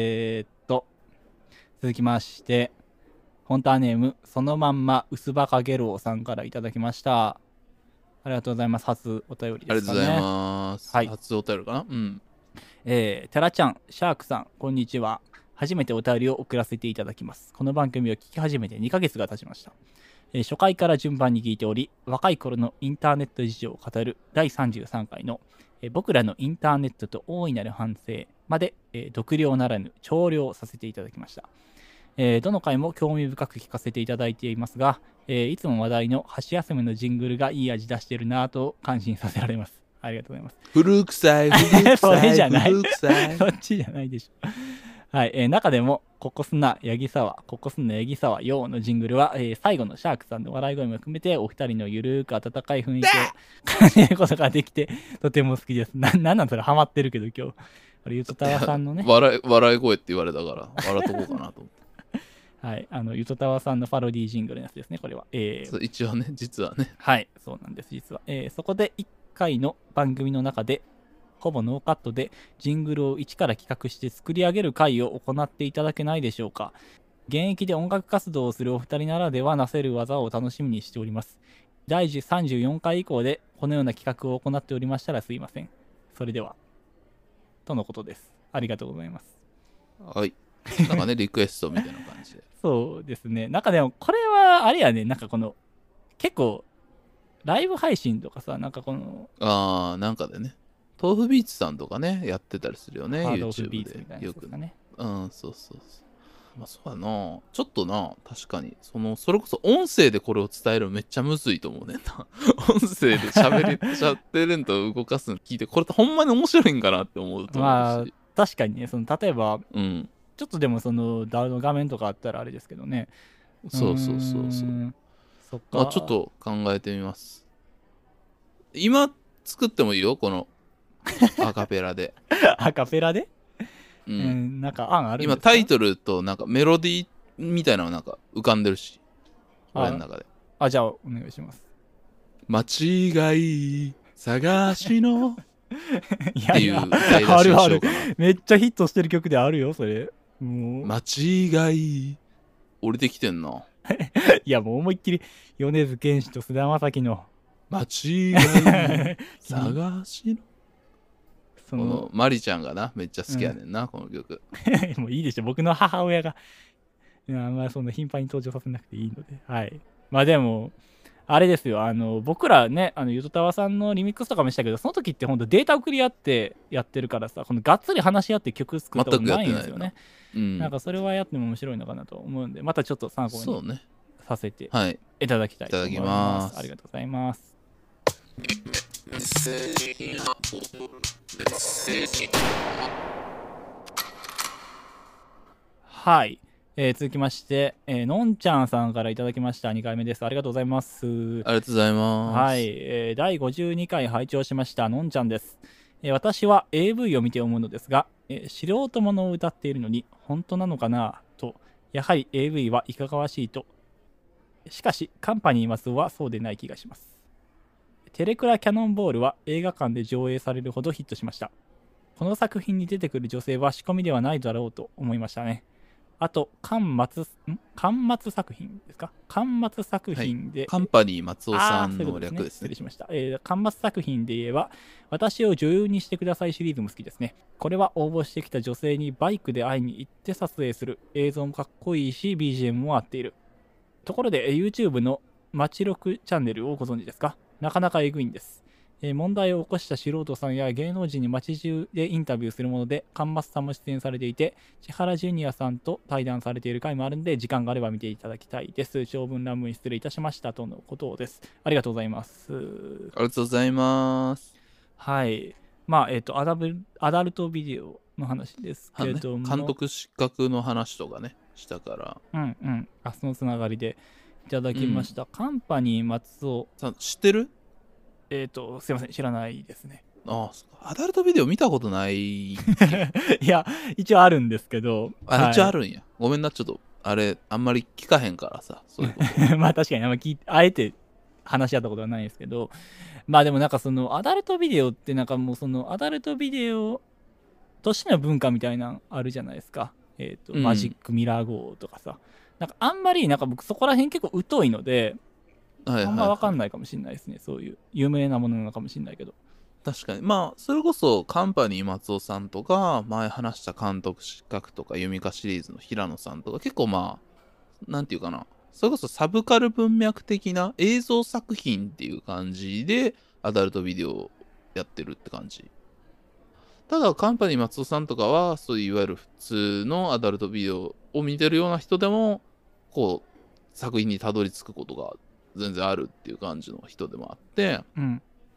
S2: 続きまして、フォンターネーム、そのまんま薄バカゲロウさんからいただきました。ありがとうございます。初お便りですかね。
S1: ありがとうございます。はい。初お便りかな？
S2: テラちゃん、シャークさん、こんにちは。初めてお便りを送らせていただきます。この番組を聞き始めて2ヶ月が経ちました。初回から順番に聞いており、若い頃のインターネット事情を語る第33回の僕らのインターネットと大いなる反省まで、読了ならぬ聴了させていただきました。どの回も興味深く聞かせていただいていますが、いつも話題の箸休めのジングルがいい味出してるなぁと感心させられます。 ありがとうございます。
S1: 古臭い、古臭い、
S2: それじゃない
S1: 古臭い。
S2: そっちじゃないでしょ。はい、中でも、ココスナ、ヤギサワ、ココスナ、ヤギサワ、ヨーのジングルは、最後のシャークさんの笑い声も含めて、お二人のゆるーく温かい雰囲気を感じることができて、とても好きです。なんなんそれ、ハマってるけど、今日。これ、ゆとたわさんのね。
S1: 笑い声って言われたから、笑っとこうかなと思って。
S2: はい、ゆとたわさんのパロディジングルのやつですね、これは。
S1: そう一応ね、実はね。
S2: はい、そうなんです、実は。そこで1回の番組の中で、ほぼノーカットでジングルを一から企画して作り上げる回を行っていただけないでしょうか。現役で音楽活動をするお二人ならではなせる技を楽しみにしております。第34回以降でこのような企画を行っておりましたらすいません。それでは。とのことです。ありがとうございます。
S1: はい。なんかね、リクエストみたいな感じで。
S2: そうですね。なんかでも、これは、あれやね、なんかこの、結構、ライブ配信とかさ、なんかこの、
S1: なんかでね。豆腐ビーツさんとかね、やってたりするよね、
S2: ハードオフ
S1: YouTube
S2: ビーツみたい
S1: で。よく
S2: なやつですかね。
S1: そうそうそう。まあそうやな。ちょっとな、確かに。それこそ音声でこれを伝えるのめっちゃむずいと思うねんな。音声で喋ってるんと動かすの聞いて、これってほんまに面白いんかなって思うと思うし。
S2: 確かにね、例えば、
S1: うん。
S2: ちょっとでもダウの画面とかあったらあれですけどね。
S1: そうそうそうそう。
S2: そっか。
S1: まあちょっと考えてみます。今作ってもいいよ、このアカペラで。
S2: アカペラでなんか案あるんですか？
S1: 今タイトルとなんかメロディーみたいなのなんか浮かんでるし。俺の中で。
S2: じゃあお願いします。
S1: 間違い探しのっていう
S2: 歌い出しにしようかな。めっちゃヒットしてる曲であるよ、それ。もう。
S1: 間違い降りてきてんな。
S2: いや、もう思いっきり米津玄師と菅田将暉の
S1: 間違い探しのこのマリちゃんがなめっちゃ好きやねんな、この曲。
S2: もういいでしょ、僕の母親がまあそんな頻繁に登場させなくていいので。はい。まあでもあれですよ、僕らね、ゆとたわさんのリミックスとかもしたけど、その時ってほんとデータ送り合ってやってるからさ、このがっつり話し合って曲作ったことないんですよね。なんかそれはやっても面白いのかなと思うんで、またちょっと参考にさせていただきたいと思います。ありがとうございます。はい。続きまして、のんちゃんさんからいただきました。2回目です。ありがとうございます。
S1: ありがとうございます。
S2: はい。第52回拝聴しました。のんちゃんです。私は AV を見て思うのですが、素人ものを歌っているのに本当なのかなと、やはり AV はいかがわしいと。しかし、カンパニー松尾はそうでない気がします。テレクラキャノンボールは映画館で上映されるほどヒットしました。この作品に出てくる女性は仕込みではないだろうと思いましたね。あと、巻末作品ですか？巻末作品で、はい、
S1: カンパニー松尾さんの略ですね。
S2: 失礼しました。巻末作品で言えば、私を女優にしてくださいシリーズも好きですね。これは応募してきた女性にバイクで会いに行って撮影する。映像もかっこいいし、BGM も合っている。ところで、YouTube の街録チャンネルをご存知ですか？なかなかエグいんです。問題を起こした素人さんや芸能人に街中でインタビューするもので、カンマスさんも出演されていて、千原ジュニアさんと対談されている回もあるので、時間があれば見ていただきたいです。長文乱文失礼いたしましたとのことです。ありがとうございます。
S1: ありがとうございます。
S2: はい。まあ、アダルトビデオの話ですけれども、
S1: 監督失格の話とかね、したから。
S2: そのつながりでいただきました。カンパニー松尾
S1: さん、知ってる？
S2: すいません、知らないですね。
S1: アダルトビデオ見たことない
S2: いや、一応あるんですけど。
S1: 一応あるんや。ごめんな、ちょっと、あんまり聞かへんからさ、そういうこと。
S2: まあ確かに、あえて話し合ったことはないですけど、まあでもなんかアダルトビデオってなんかもうアダルトビデオとしての文化みたいなのあるじゃないですか。マジックミラー号とかさ。なんかあんまり、なんか僕そこら辺結構疎いので、あんま分かんないかもしれないですね。そういう有名なものなのかもしれないけど。
S1: 確かに。まあ、それこそカンパニー松尾さんとか、前話した監督失格とか、ユミカシリーズの平野さんとか、結構まあ、なんていうかな。それこそサブカル文脈的な映像作品っていう感じで、アダルトビデオをやってるって感じ。ただ、カンパニー松尾さんとかは、そういういわゆる普通のアダルトビデオを見てるような人でも、こう、作品にたどり着くことが全然あるっていう感じの人でもあって、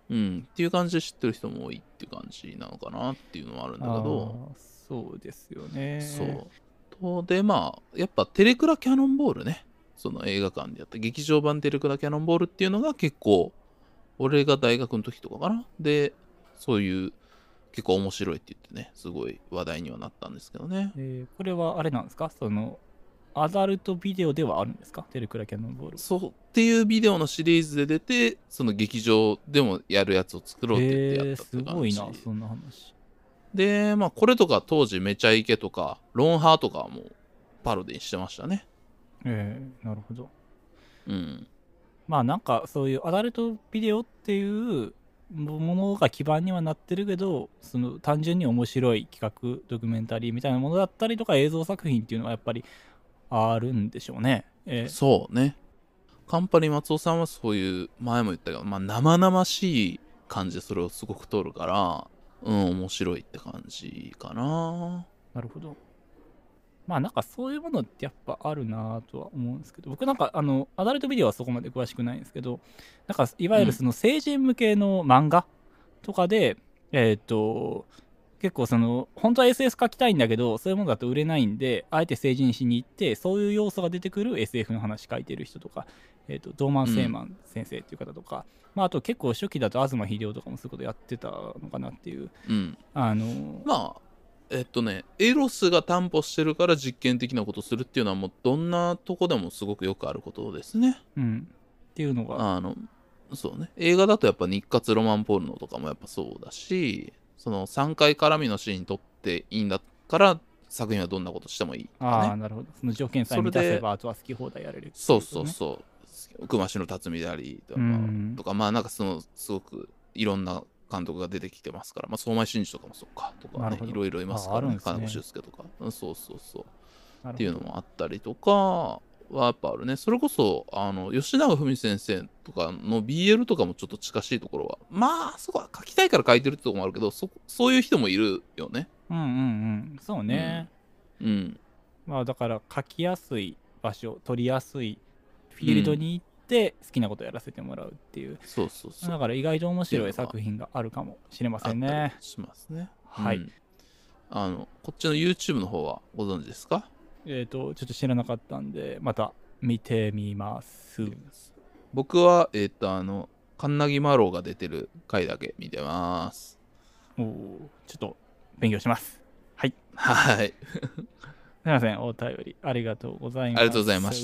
S1: っていう感じで知ってる人も多いっていう感じなのかなっていうのはあるんだけど、
S2: そうですよね。
S1: そうでまあやっぱテレクラキャノンボールね、その映画館でやった劇場版テレクラキャノンボールっていうのが結構俺が大学の時とかかなで、そういう結構面白いって言ってね、すごい話題にはなったんですけどね。
S2: これはあれなんですか、そのアダルトビデオではあるんですか、テレクラキャノンボール。
S1: そうっていうビデオのシリーズで出て、その劇場でもやるやつを作ろうって言ってやったって感じ。
S2: すごいな、そんな話。
S1: で、まあこれとか当時めちゃイケとか、ロンハーとかはもうパロディしてましたね。
S2: なるほど。
S1: うん。
S2: まあなんかそういうアダルトビデオっていうものが基盤にはなってるけど、その単純に面白い企画ドキュメンタリーみたいなものだったりとか映像作品っていうのはやっぱりあるんでしょうね。
S1: そうね。カンパニー松尾さんはそういう前も言ったけど、まあ生々しい感じでそれをすごく撮るから、面白いって感じかな。
S2: なるほど。まあなんかそういうものってやっぱあるなとは思うんですけど、僕なんかアダルトビデオはそこまで詳しくないんですけど、なんかいわゆるその成人向けの漫画とかで、結構その本当は SS 書きたいんだけどそういうものだと売れないんであえて成人しに行ってそういう要素が出てくる SF の話書いてる人とか、ドーマン・セーマン先生っていう方とか、まあ、あと結構初期だと東秀夫とかもそういうことやってたのかなっていう、
S1: まあエロスが担保してるから実験的なことするっていうのはもうどんなとこでもすごくよくあることですね。
S2: っていうのが
S1: そうね、映画だとやっぱ日活ロマンポルノとかもやっぱそうだし、その3回絡みのシーン撮っていいんだから作品はどんなことしてもいいとかね。
S2: なるほど。その条件さえ満たせばあとは好き放題やれる、ね、
S1: そう熊代辰巳でありとか、まあなんかそのすごくいろんな監督が出てきてますから、まあ、相馬真司とかもそうかとかね、いろいろいますからね、金子修介とか、そうっていうのもあったりとかはやっぱあるね。それこそ吉永文先生とかの BL とかもちょっと近しいところは、まあそこは書きたいから書いてるってところもあるけど、そういう人もいるよね。
S2: そうね。まあだから書きやすい場所、撮りやすいフィールドに行って好きなことやらせてもらうっていう、だから意外と面白い作品があるかもしれませんね。
S1: しますね。
S2: はい。
S1: こっちの YouTube の方はご存知ですか？
S2: ちょっと知らなかったんでまた見てみます。
S1: 僕はカンナギマロウが出てる回だけ見てます。
S2: ちょっと勉強します。はい。すみません、お便りありがとうございます。
S1: ありがとうございました。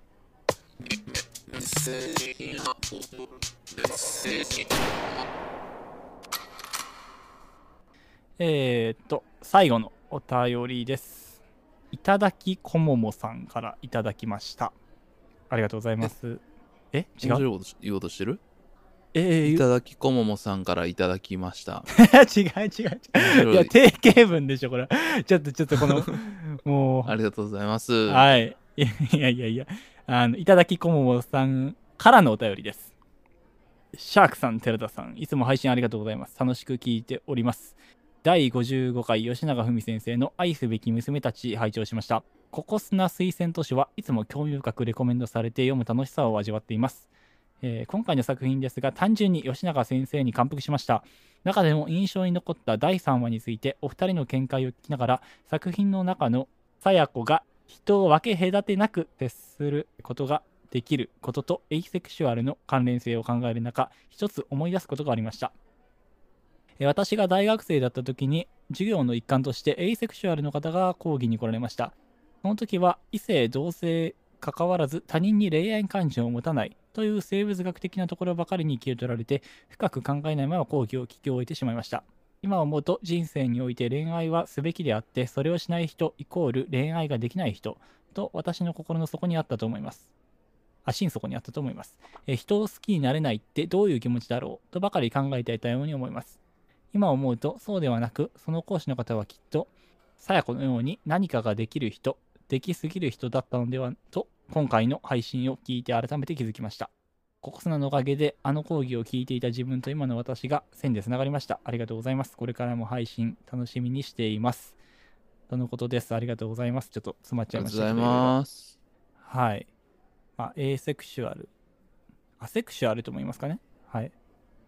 S2: 最後のお便りです。いただきこももさんからいただきました。ありがとうございます。違う？
S1: 面白いこと言おうとしてる？
S2: い
S1: ただきこももさんからいただきました。
S2: 違う。いや、定型文でしょ、これ。ちょっとこの、もう。
S1: ありがとうございます。
S2: はい。いや。いただきこももさんからのお便りです。シャークさん、寺田さん、いつも配信ありがとうございます。楽しく聞いております。第55回吉永文先生の愛すべき娘たち拝聴しました。ココスナ推薦図書はいつも興味深くレコメンドされて読む楽しさを味わっています。今回の作品ですが単純に吉永先生に感服しました。中でも印象に残った第3話についてお二人の見解を聞きながら作品の中のさや子が人を分け隔てなく接することができることとエイセクシュアルの関連性を考える中一つ思い出すことがありました。私が大学生だった時に授業の一環としてエイセクシュアルの方が講義に来られました。その時は異性同性関わらず他人に恋愛感情を持たないという生物学的なところばかりに気を取られて深く考えないまま講義を聞き終えてしまいました。今思うと人生において恋愛はすべきであってそれをしない人イコール恋愛ができない人と私の心の底にあったと思います。心底にあったと思います。人を好きになれないってどういう気持ちだろうとばかり考えていたように思います。今思うとそうではなくその講師の方はきっとさや子のように何かができる人できすぎる人だったのではと今回の配信を聞いて改めて気づきました。ココスナのおかげであの講義を聞いていた自分と今の私が線でつながりました。ありがとうございます。これからも配信楽しみにしています。とのことです。ありがとうございます。ちょっと詰まっちゃいましたけど。
S1: ありがとうございます。
S2: はい。エーセクシュアル。アセクシュアルとも言いますかね。はい。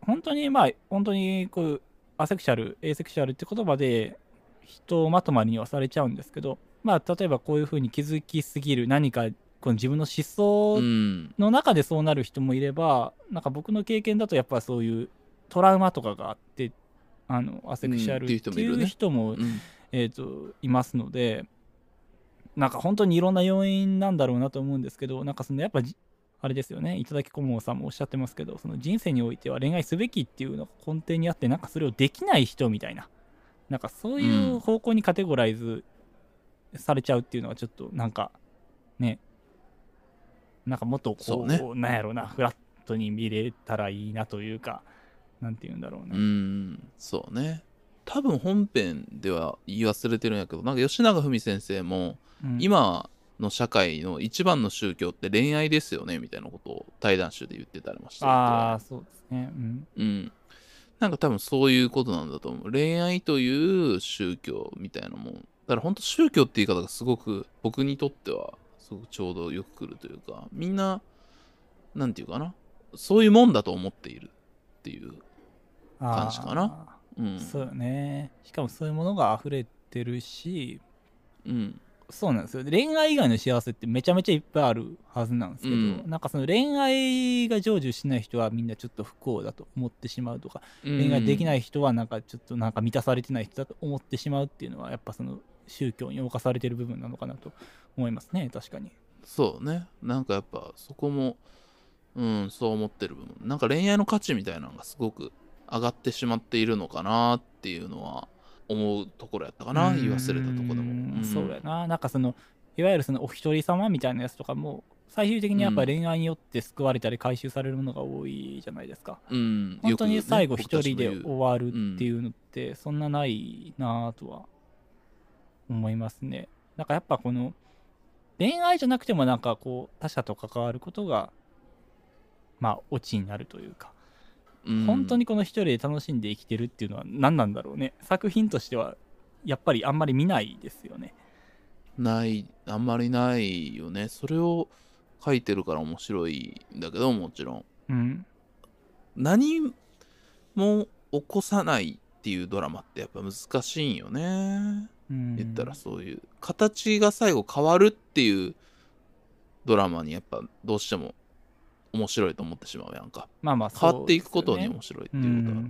S2: 本当に本当にこういうアセクシャル、エーセクシャルって言葉で人をまとまりにはされちゃうんですけど、例えばこういうふうに気づきすぎる何かこの自分の思想の中でそうなる人もいれば、なんか僕の経験だとやっぱそういうトラウマとかがあってアセクシャルっていう人も、いますので、なんか本当にいろんな要因なんだろうなと思うんですけど、なんかそのやっぱあれですよね、頂き顧問さんもおっしゃってますけど、その人生においては恋愛すべきっていうのが根底にあって、なんかそれをできない人みたいな、なんかそういう方向にカテゴライズされちゃうっていうのはちょっとなんかね、なんかもっとこう、なんやろうな、フラットに見れたらいいなというか、なんて言うんだろうね。
S1: そうね。多分本編では言い忘れてるんやけど、なんか吉永文先生も、今の社会の一番の宗教って恋愛ですよねみたいなことを対談集で言ってたりもして、
S2: そうですね。
S1: なんか多分そういうことなんだと思う。恋愛という宗教みたいなもん。だから本当宗教って言い方がすごく僕にとってはすごくちょうどよく来るというか、みんななんていうかな、そういうもんだと思っているっていう感じかな。
S2: そうよね。しかもそういうものが溢れてるし、そうなんですよ。恋愛以外の幸せってめちゃめちゃいっぱいあるはずなんですけど、なんかその恋愛が成就しない人はみんなちょっと不幸だと思ってしまうとか、恋愛できない人はなんかちょっとなんか満たされてない人だと思ってしまうっていうのは、やっぱその宗教に侵されてる部分なのかなと思いますね。確かに。
S1: そうね。なんかやっぱそこもそう思ってる部分、なんか恋愛の価値みたいなのがすごく上がってしまっているのかなっていうのは思うところやったかな。言い忘れたところでも、
S2: そうやな。なんかそのいわゆるそのお一人様みたいなやつとかも最終的にやっぱ恋愛によって救われたり回収されるものが多いじゃないですか。本当に最後一人で終わるっていうのってそんなないなとは思いますね。なんかやっぱこの恋愛じゃなくてもなんかこう他者と関わることがオチになるというか、本当にこの一人で楽しんで生きてるっていうのは何なんだろうね。作品としてはやっぱりあんまり見ないですよね。
S1: あんまりないよね。それを書いてるから面白いんだけど、もちろん、何も起こさないっていうドラマってやっぱ難しいんよね。言ったらそういう形が最後変わるっていうドラマにやっぱどうしても面白いと思ってしまうやんか。変わっていくことに面白いっていうことだから、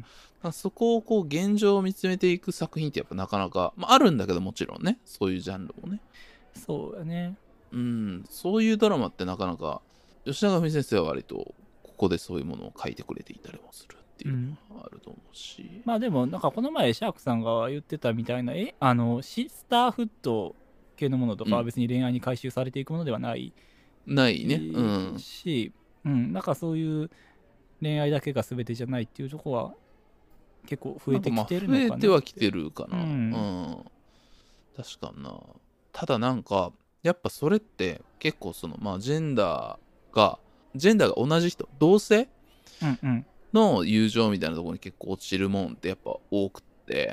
S1: そこをこう現状を見つめていく作品ってやっぱなかなか、あるんだけどもちろんね、そういうジャンルもね。
S2: そうやね。
S1: そういうドラマってなかなか吉永文先生は割とここでそういうものを書いてくれていたりもするっていうのがあると思うし、
S2: でもなんかこの前シャークさんが言ってたみたいなシスターフット系のものとかは別に恋愛に回収されていくものではない
S1: ね
S2: し、なんかそういう恋愛だけが全てじゃないっていうところは結構増えてきてるのかな。
S1: 増えてはきてるかな。確かにな。ただなんかやっぱそれって結構そのジェンダーが同じ人、同性の友情みたいなところに結構落ちるもんってやっぱ多くって、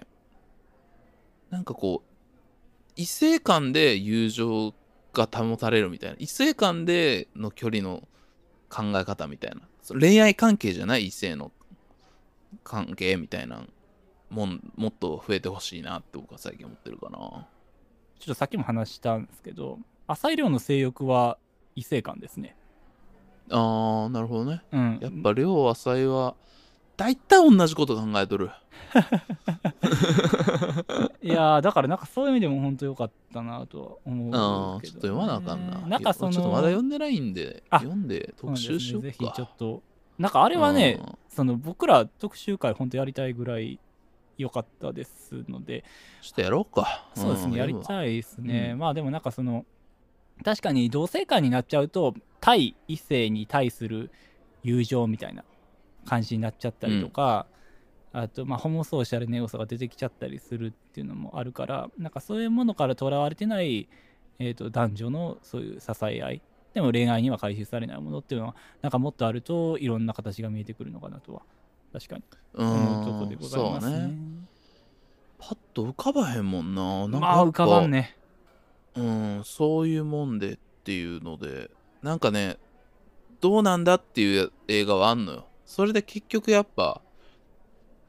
S1: なんかこう異性間で友情が保たれるみたいな、異性間での距離の考え方みたいな、恋愛関係じゃない異性の関係みたいなもっと増えてほしいなって僕は最近思ってるかな。
S2: ちょっとさっきも話したんですけど、浅井亮の性欲は異性間ですね。
S1: なるほどね。やっぱ亮浅井は大体同じこと考えとる。
S2: いやだからなんかそういう意味でも本当良かったなとは思うけど、ね、
S1: ちょっと読まなあかんな。
S2: なんか
S1: ちょっとまだ読んでないんで読んで特集しようか。
S2: ぜひちょっとなんかあれはね、その僕ら特集会本当やりたいぐらい良かったですので、
S1: ちょっとやろうか。
S2: そうですね、やりたいですね。でもなんかその確かに同性間になっちゃうと対異性に対する友情みたいな感じになっちゃったりとか、あとホモソーシャルな要素が出てきちゃったりするっていうのもあるから、なんかそういうものからとらわれてない、男女のそういう支え合いでも恋愛には回収されないものっていうのはなんかもっとあるといろんな形が見えてくるのかなとは確かに思うところでございますね。そうね。
S1: パッと浮かばへんもんな。なんか
S2: 浮かばんね。
S1: そういうもんでっていうので、なんかね、どうなんだっていう映画はあんのよ。それで結局やっぱ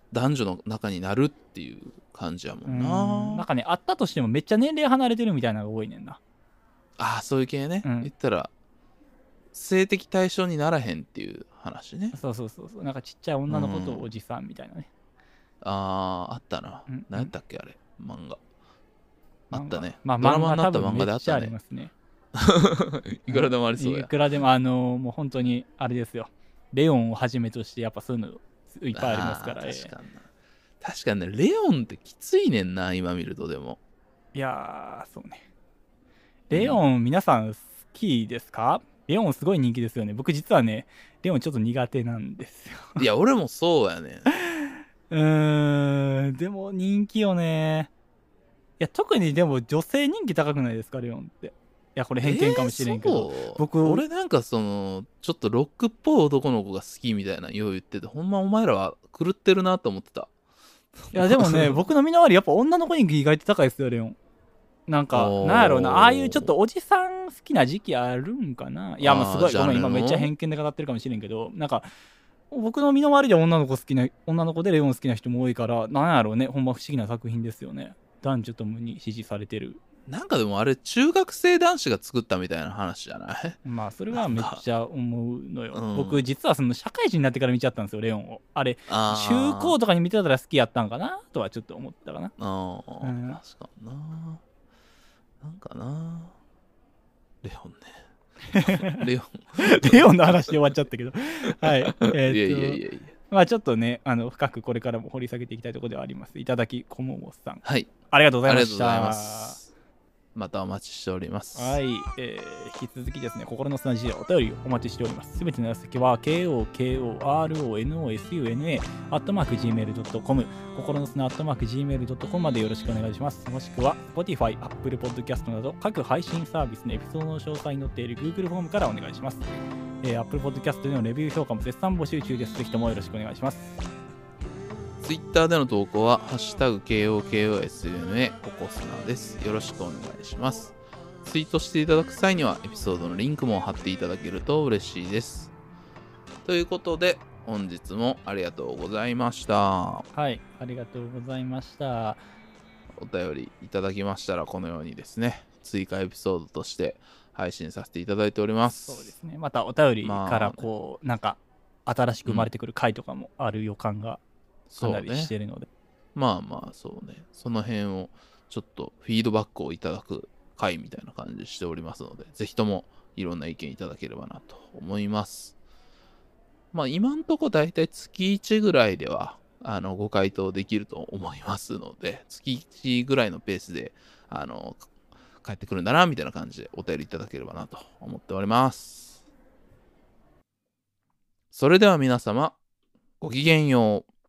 S1: 男女の仲になるっていう感じやもんな。
S2: なんかね、あったとしてもめっちゃ年齢離れてるみたいなのが多いねんな。
S1: ああ、そういう系ね、
S2: うん
S1: 言ったら性的対象にならへんっていう話ね。
S2: そうそうそうそう。なんかちっちゃい女の子とおじさんみたいなね。
S1: ああ、あったな、
S2: うん
S1: 何やったっけあれ、漫画あ
S2: 漫画
S1: ったね。
S2: まあ
S1: ドラマ
S2: 漫画多
S1: になった漫
S2: 分めっちゃ
S1: 画であったね。
S2: ありますね。
S1: いくらでもありそうや。
S2: いくらでももう本当にあれですよ。レオンをはじめとしてやっぱそういうのいっぱいありますから。
S1: 確かにな。確かにね、レオンってきついねんな、今見るとでも。
S2: いやー、そうね。レオン、皆さん好きですか？レオンすごい人気ですよね。僕実はね、レオンちょっと苦手なんですよ。
S1: いや、俺もそうやね。
S2: でも人気よね。いや、特にでも女性人気高くないですか、レオンって。いや、これ偏見かもしれんけど。
S1: そう
S2: 僕
S1: 俺なんかその、ちょっとロックっぽい男の子が好きみたいなよう言ってて、ほんまお前らは狂ってるなと思ってた。
S2: いや、でもね、僕の身の回りやっぱ女の子人気意外と高いですよ、レオン。なんか、なんやろうな、ああいうちょっとおじさん好きな時期あるんかな。いや、もうすごい、ごめん、今めっちゃ偏見で語ってるかもしれんけど、なんか、僕の身の回りで女の子でレオン好きな人も多いから、なんやろうね、ほんま不思議な作品ですよね。男女ともに支持されてる。
S1: なんかでもあれ、中学生男子が作ったみたいな話じゃない？
S2: まあ、それはめっちゃ思うのよ。
S1: うん
S2: 僕、実はその社会人になってから見ちゃったんですよ、レオンを。あれ、
S1: あ
S2: 中高とかに見てたら好きやったんかなとはちょっと思ったかな。
S1: ああ、
S2: うん
S1: 確かにな。なんかな。レオンね。レオン。
S2: レオンの話で終わっちゃったけど。はい。
S1: いやいやいやいや。
S2: まあちょっとね、深くこれからも掘り下げていきたいところではあります。いただきこももさん。
S1: はい。
S2: ありがとうござ
S1: あ
S2: いました。
S1: りがとうございます。またお待ちしております。
S2: はい、引き続きですね、心の砂地でお便りをお待ちしております。すべての先は KOKORONOSUNA@gmail.com 心の砂 @gmail.com までよろしくお願いします。もしくは Spotify、Apple Podcast など各配信サービスのエピソードの詳細に載っている Google フォームからお願いします。Apple Podcast でのレビュー評価も絶賛募集中です。ぜひともよろしくお願いします。
S1: ツイッターでの投稿は、ハッシュタグ KOKOSUNA ココスナです。よろしくお願いします。ツイートしていただく際には、エピソードのリンクも貼っていただけると嬉しいです。ということで、本日もありがとうございました。
S2: はい、ありがとうございました。
S1: お便りいただきましたら、このようにですね、追加エピソードとして配信させていただいております。
S2: そうですね。またお便りからこう、なんか新しく生まれてくる回とかもある予感がかなりしてるので、
S1: まあまあそうね、その辺をちょっとフィードバックをいただく回みたいな感じでしておりますので、ぜひともいろんな意見いただければなと思います。まあ今んとこだいたい月1ぐらいではご回答できると思いますので、月1ぐらいのペースで帰ってくるんだなみたいな感じでお便りいただければなと思っております。それでは皆様ごきげんよう。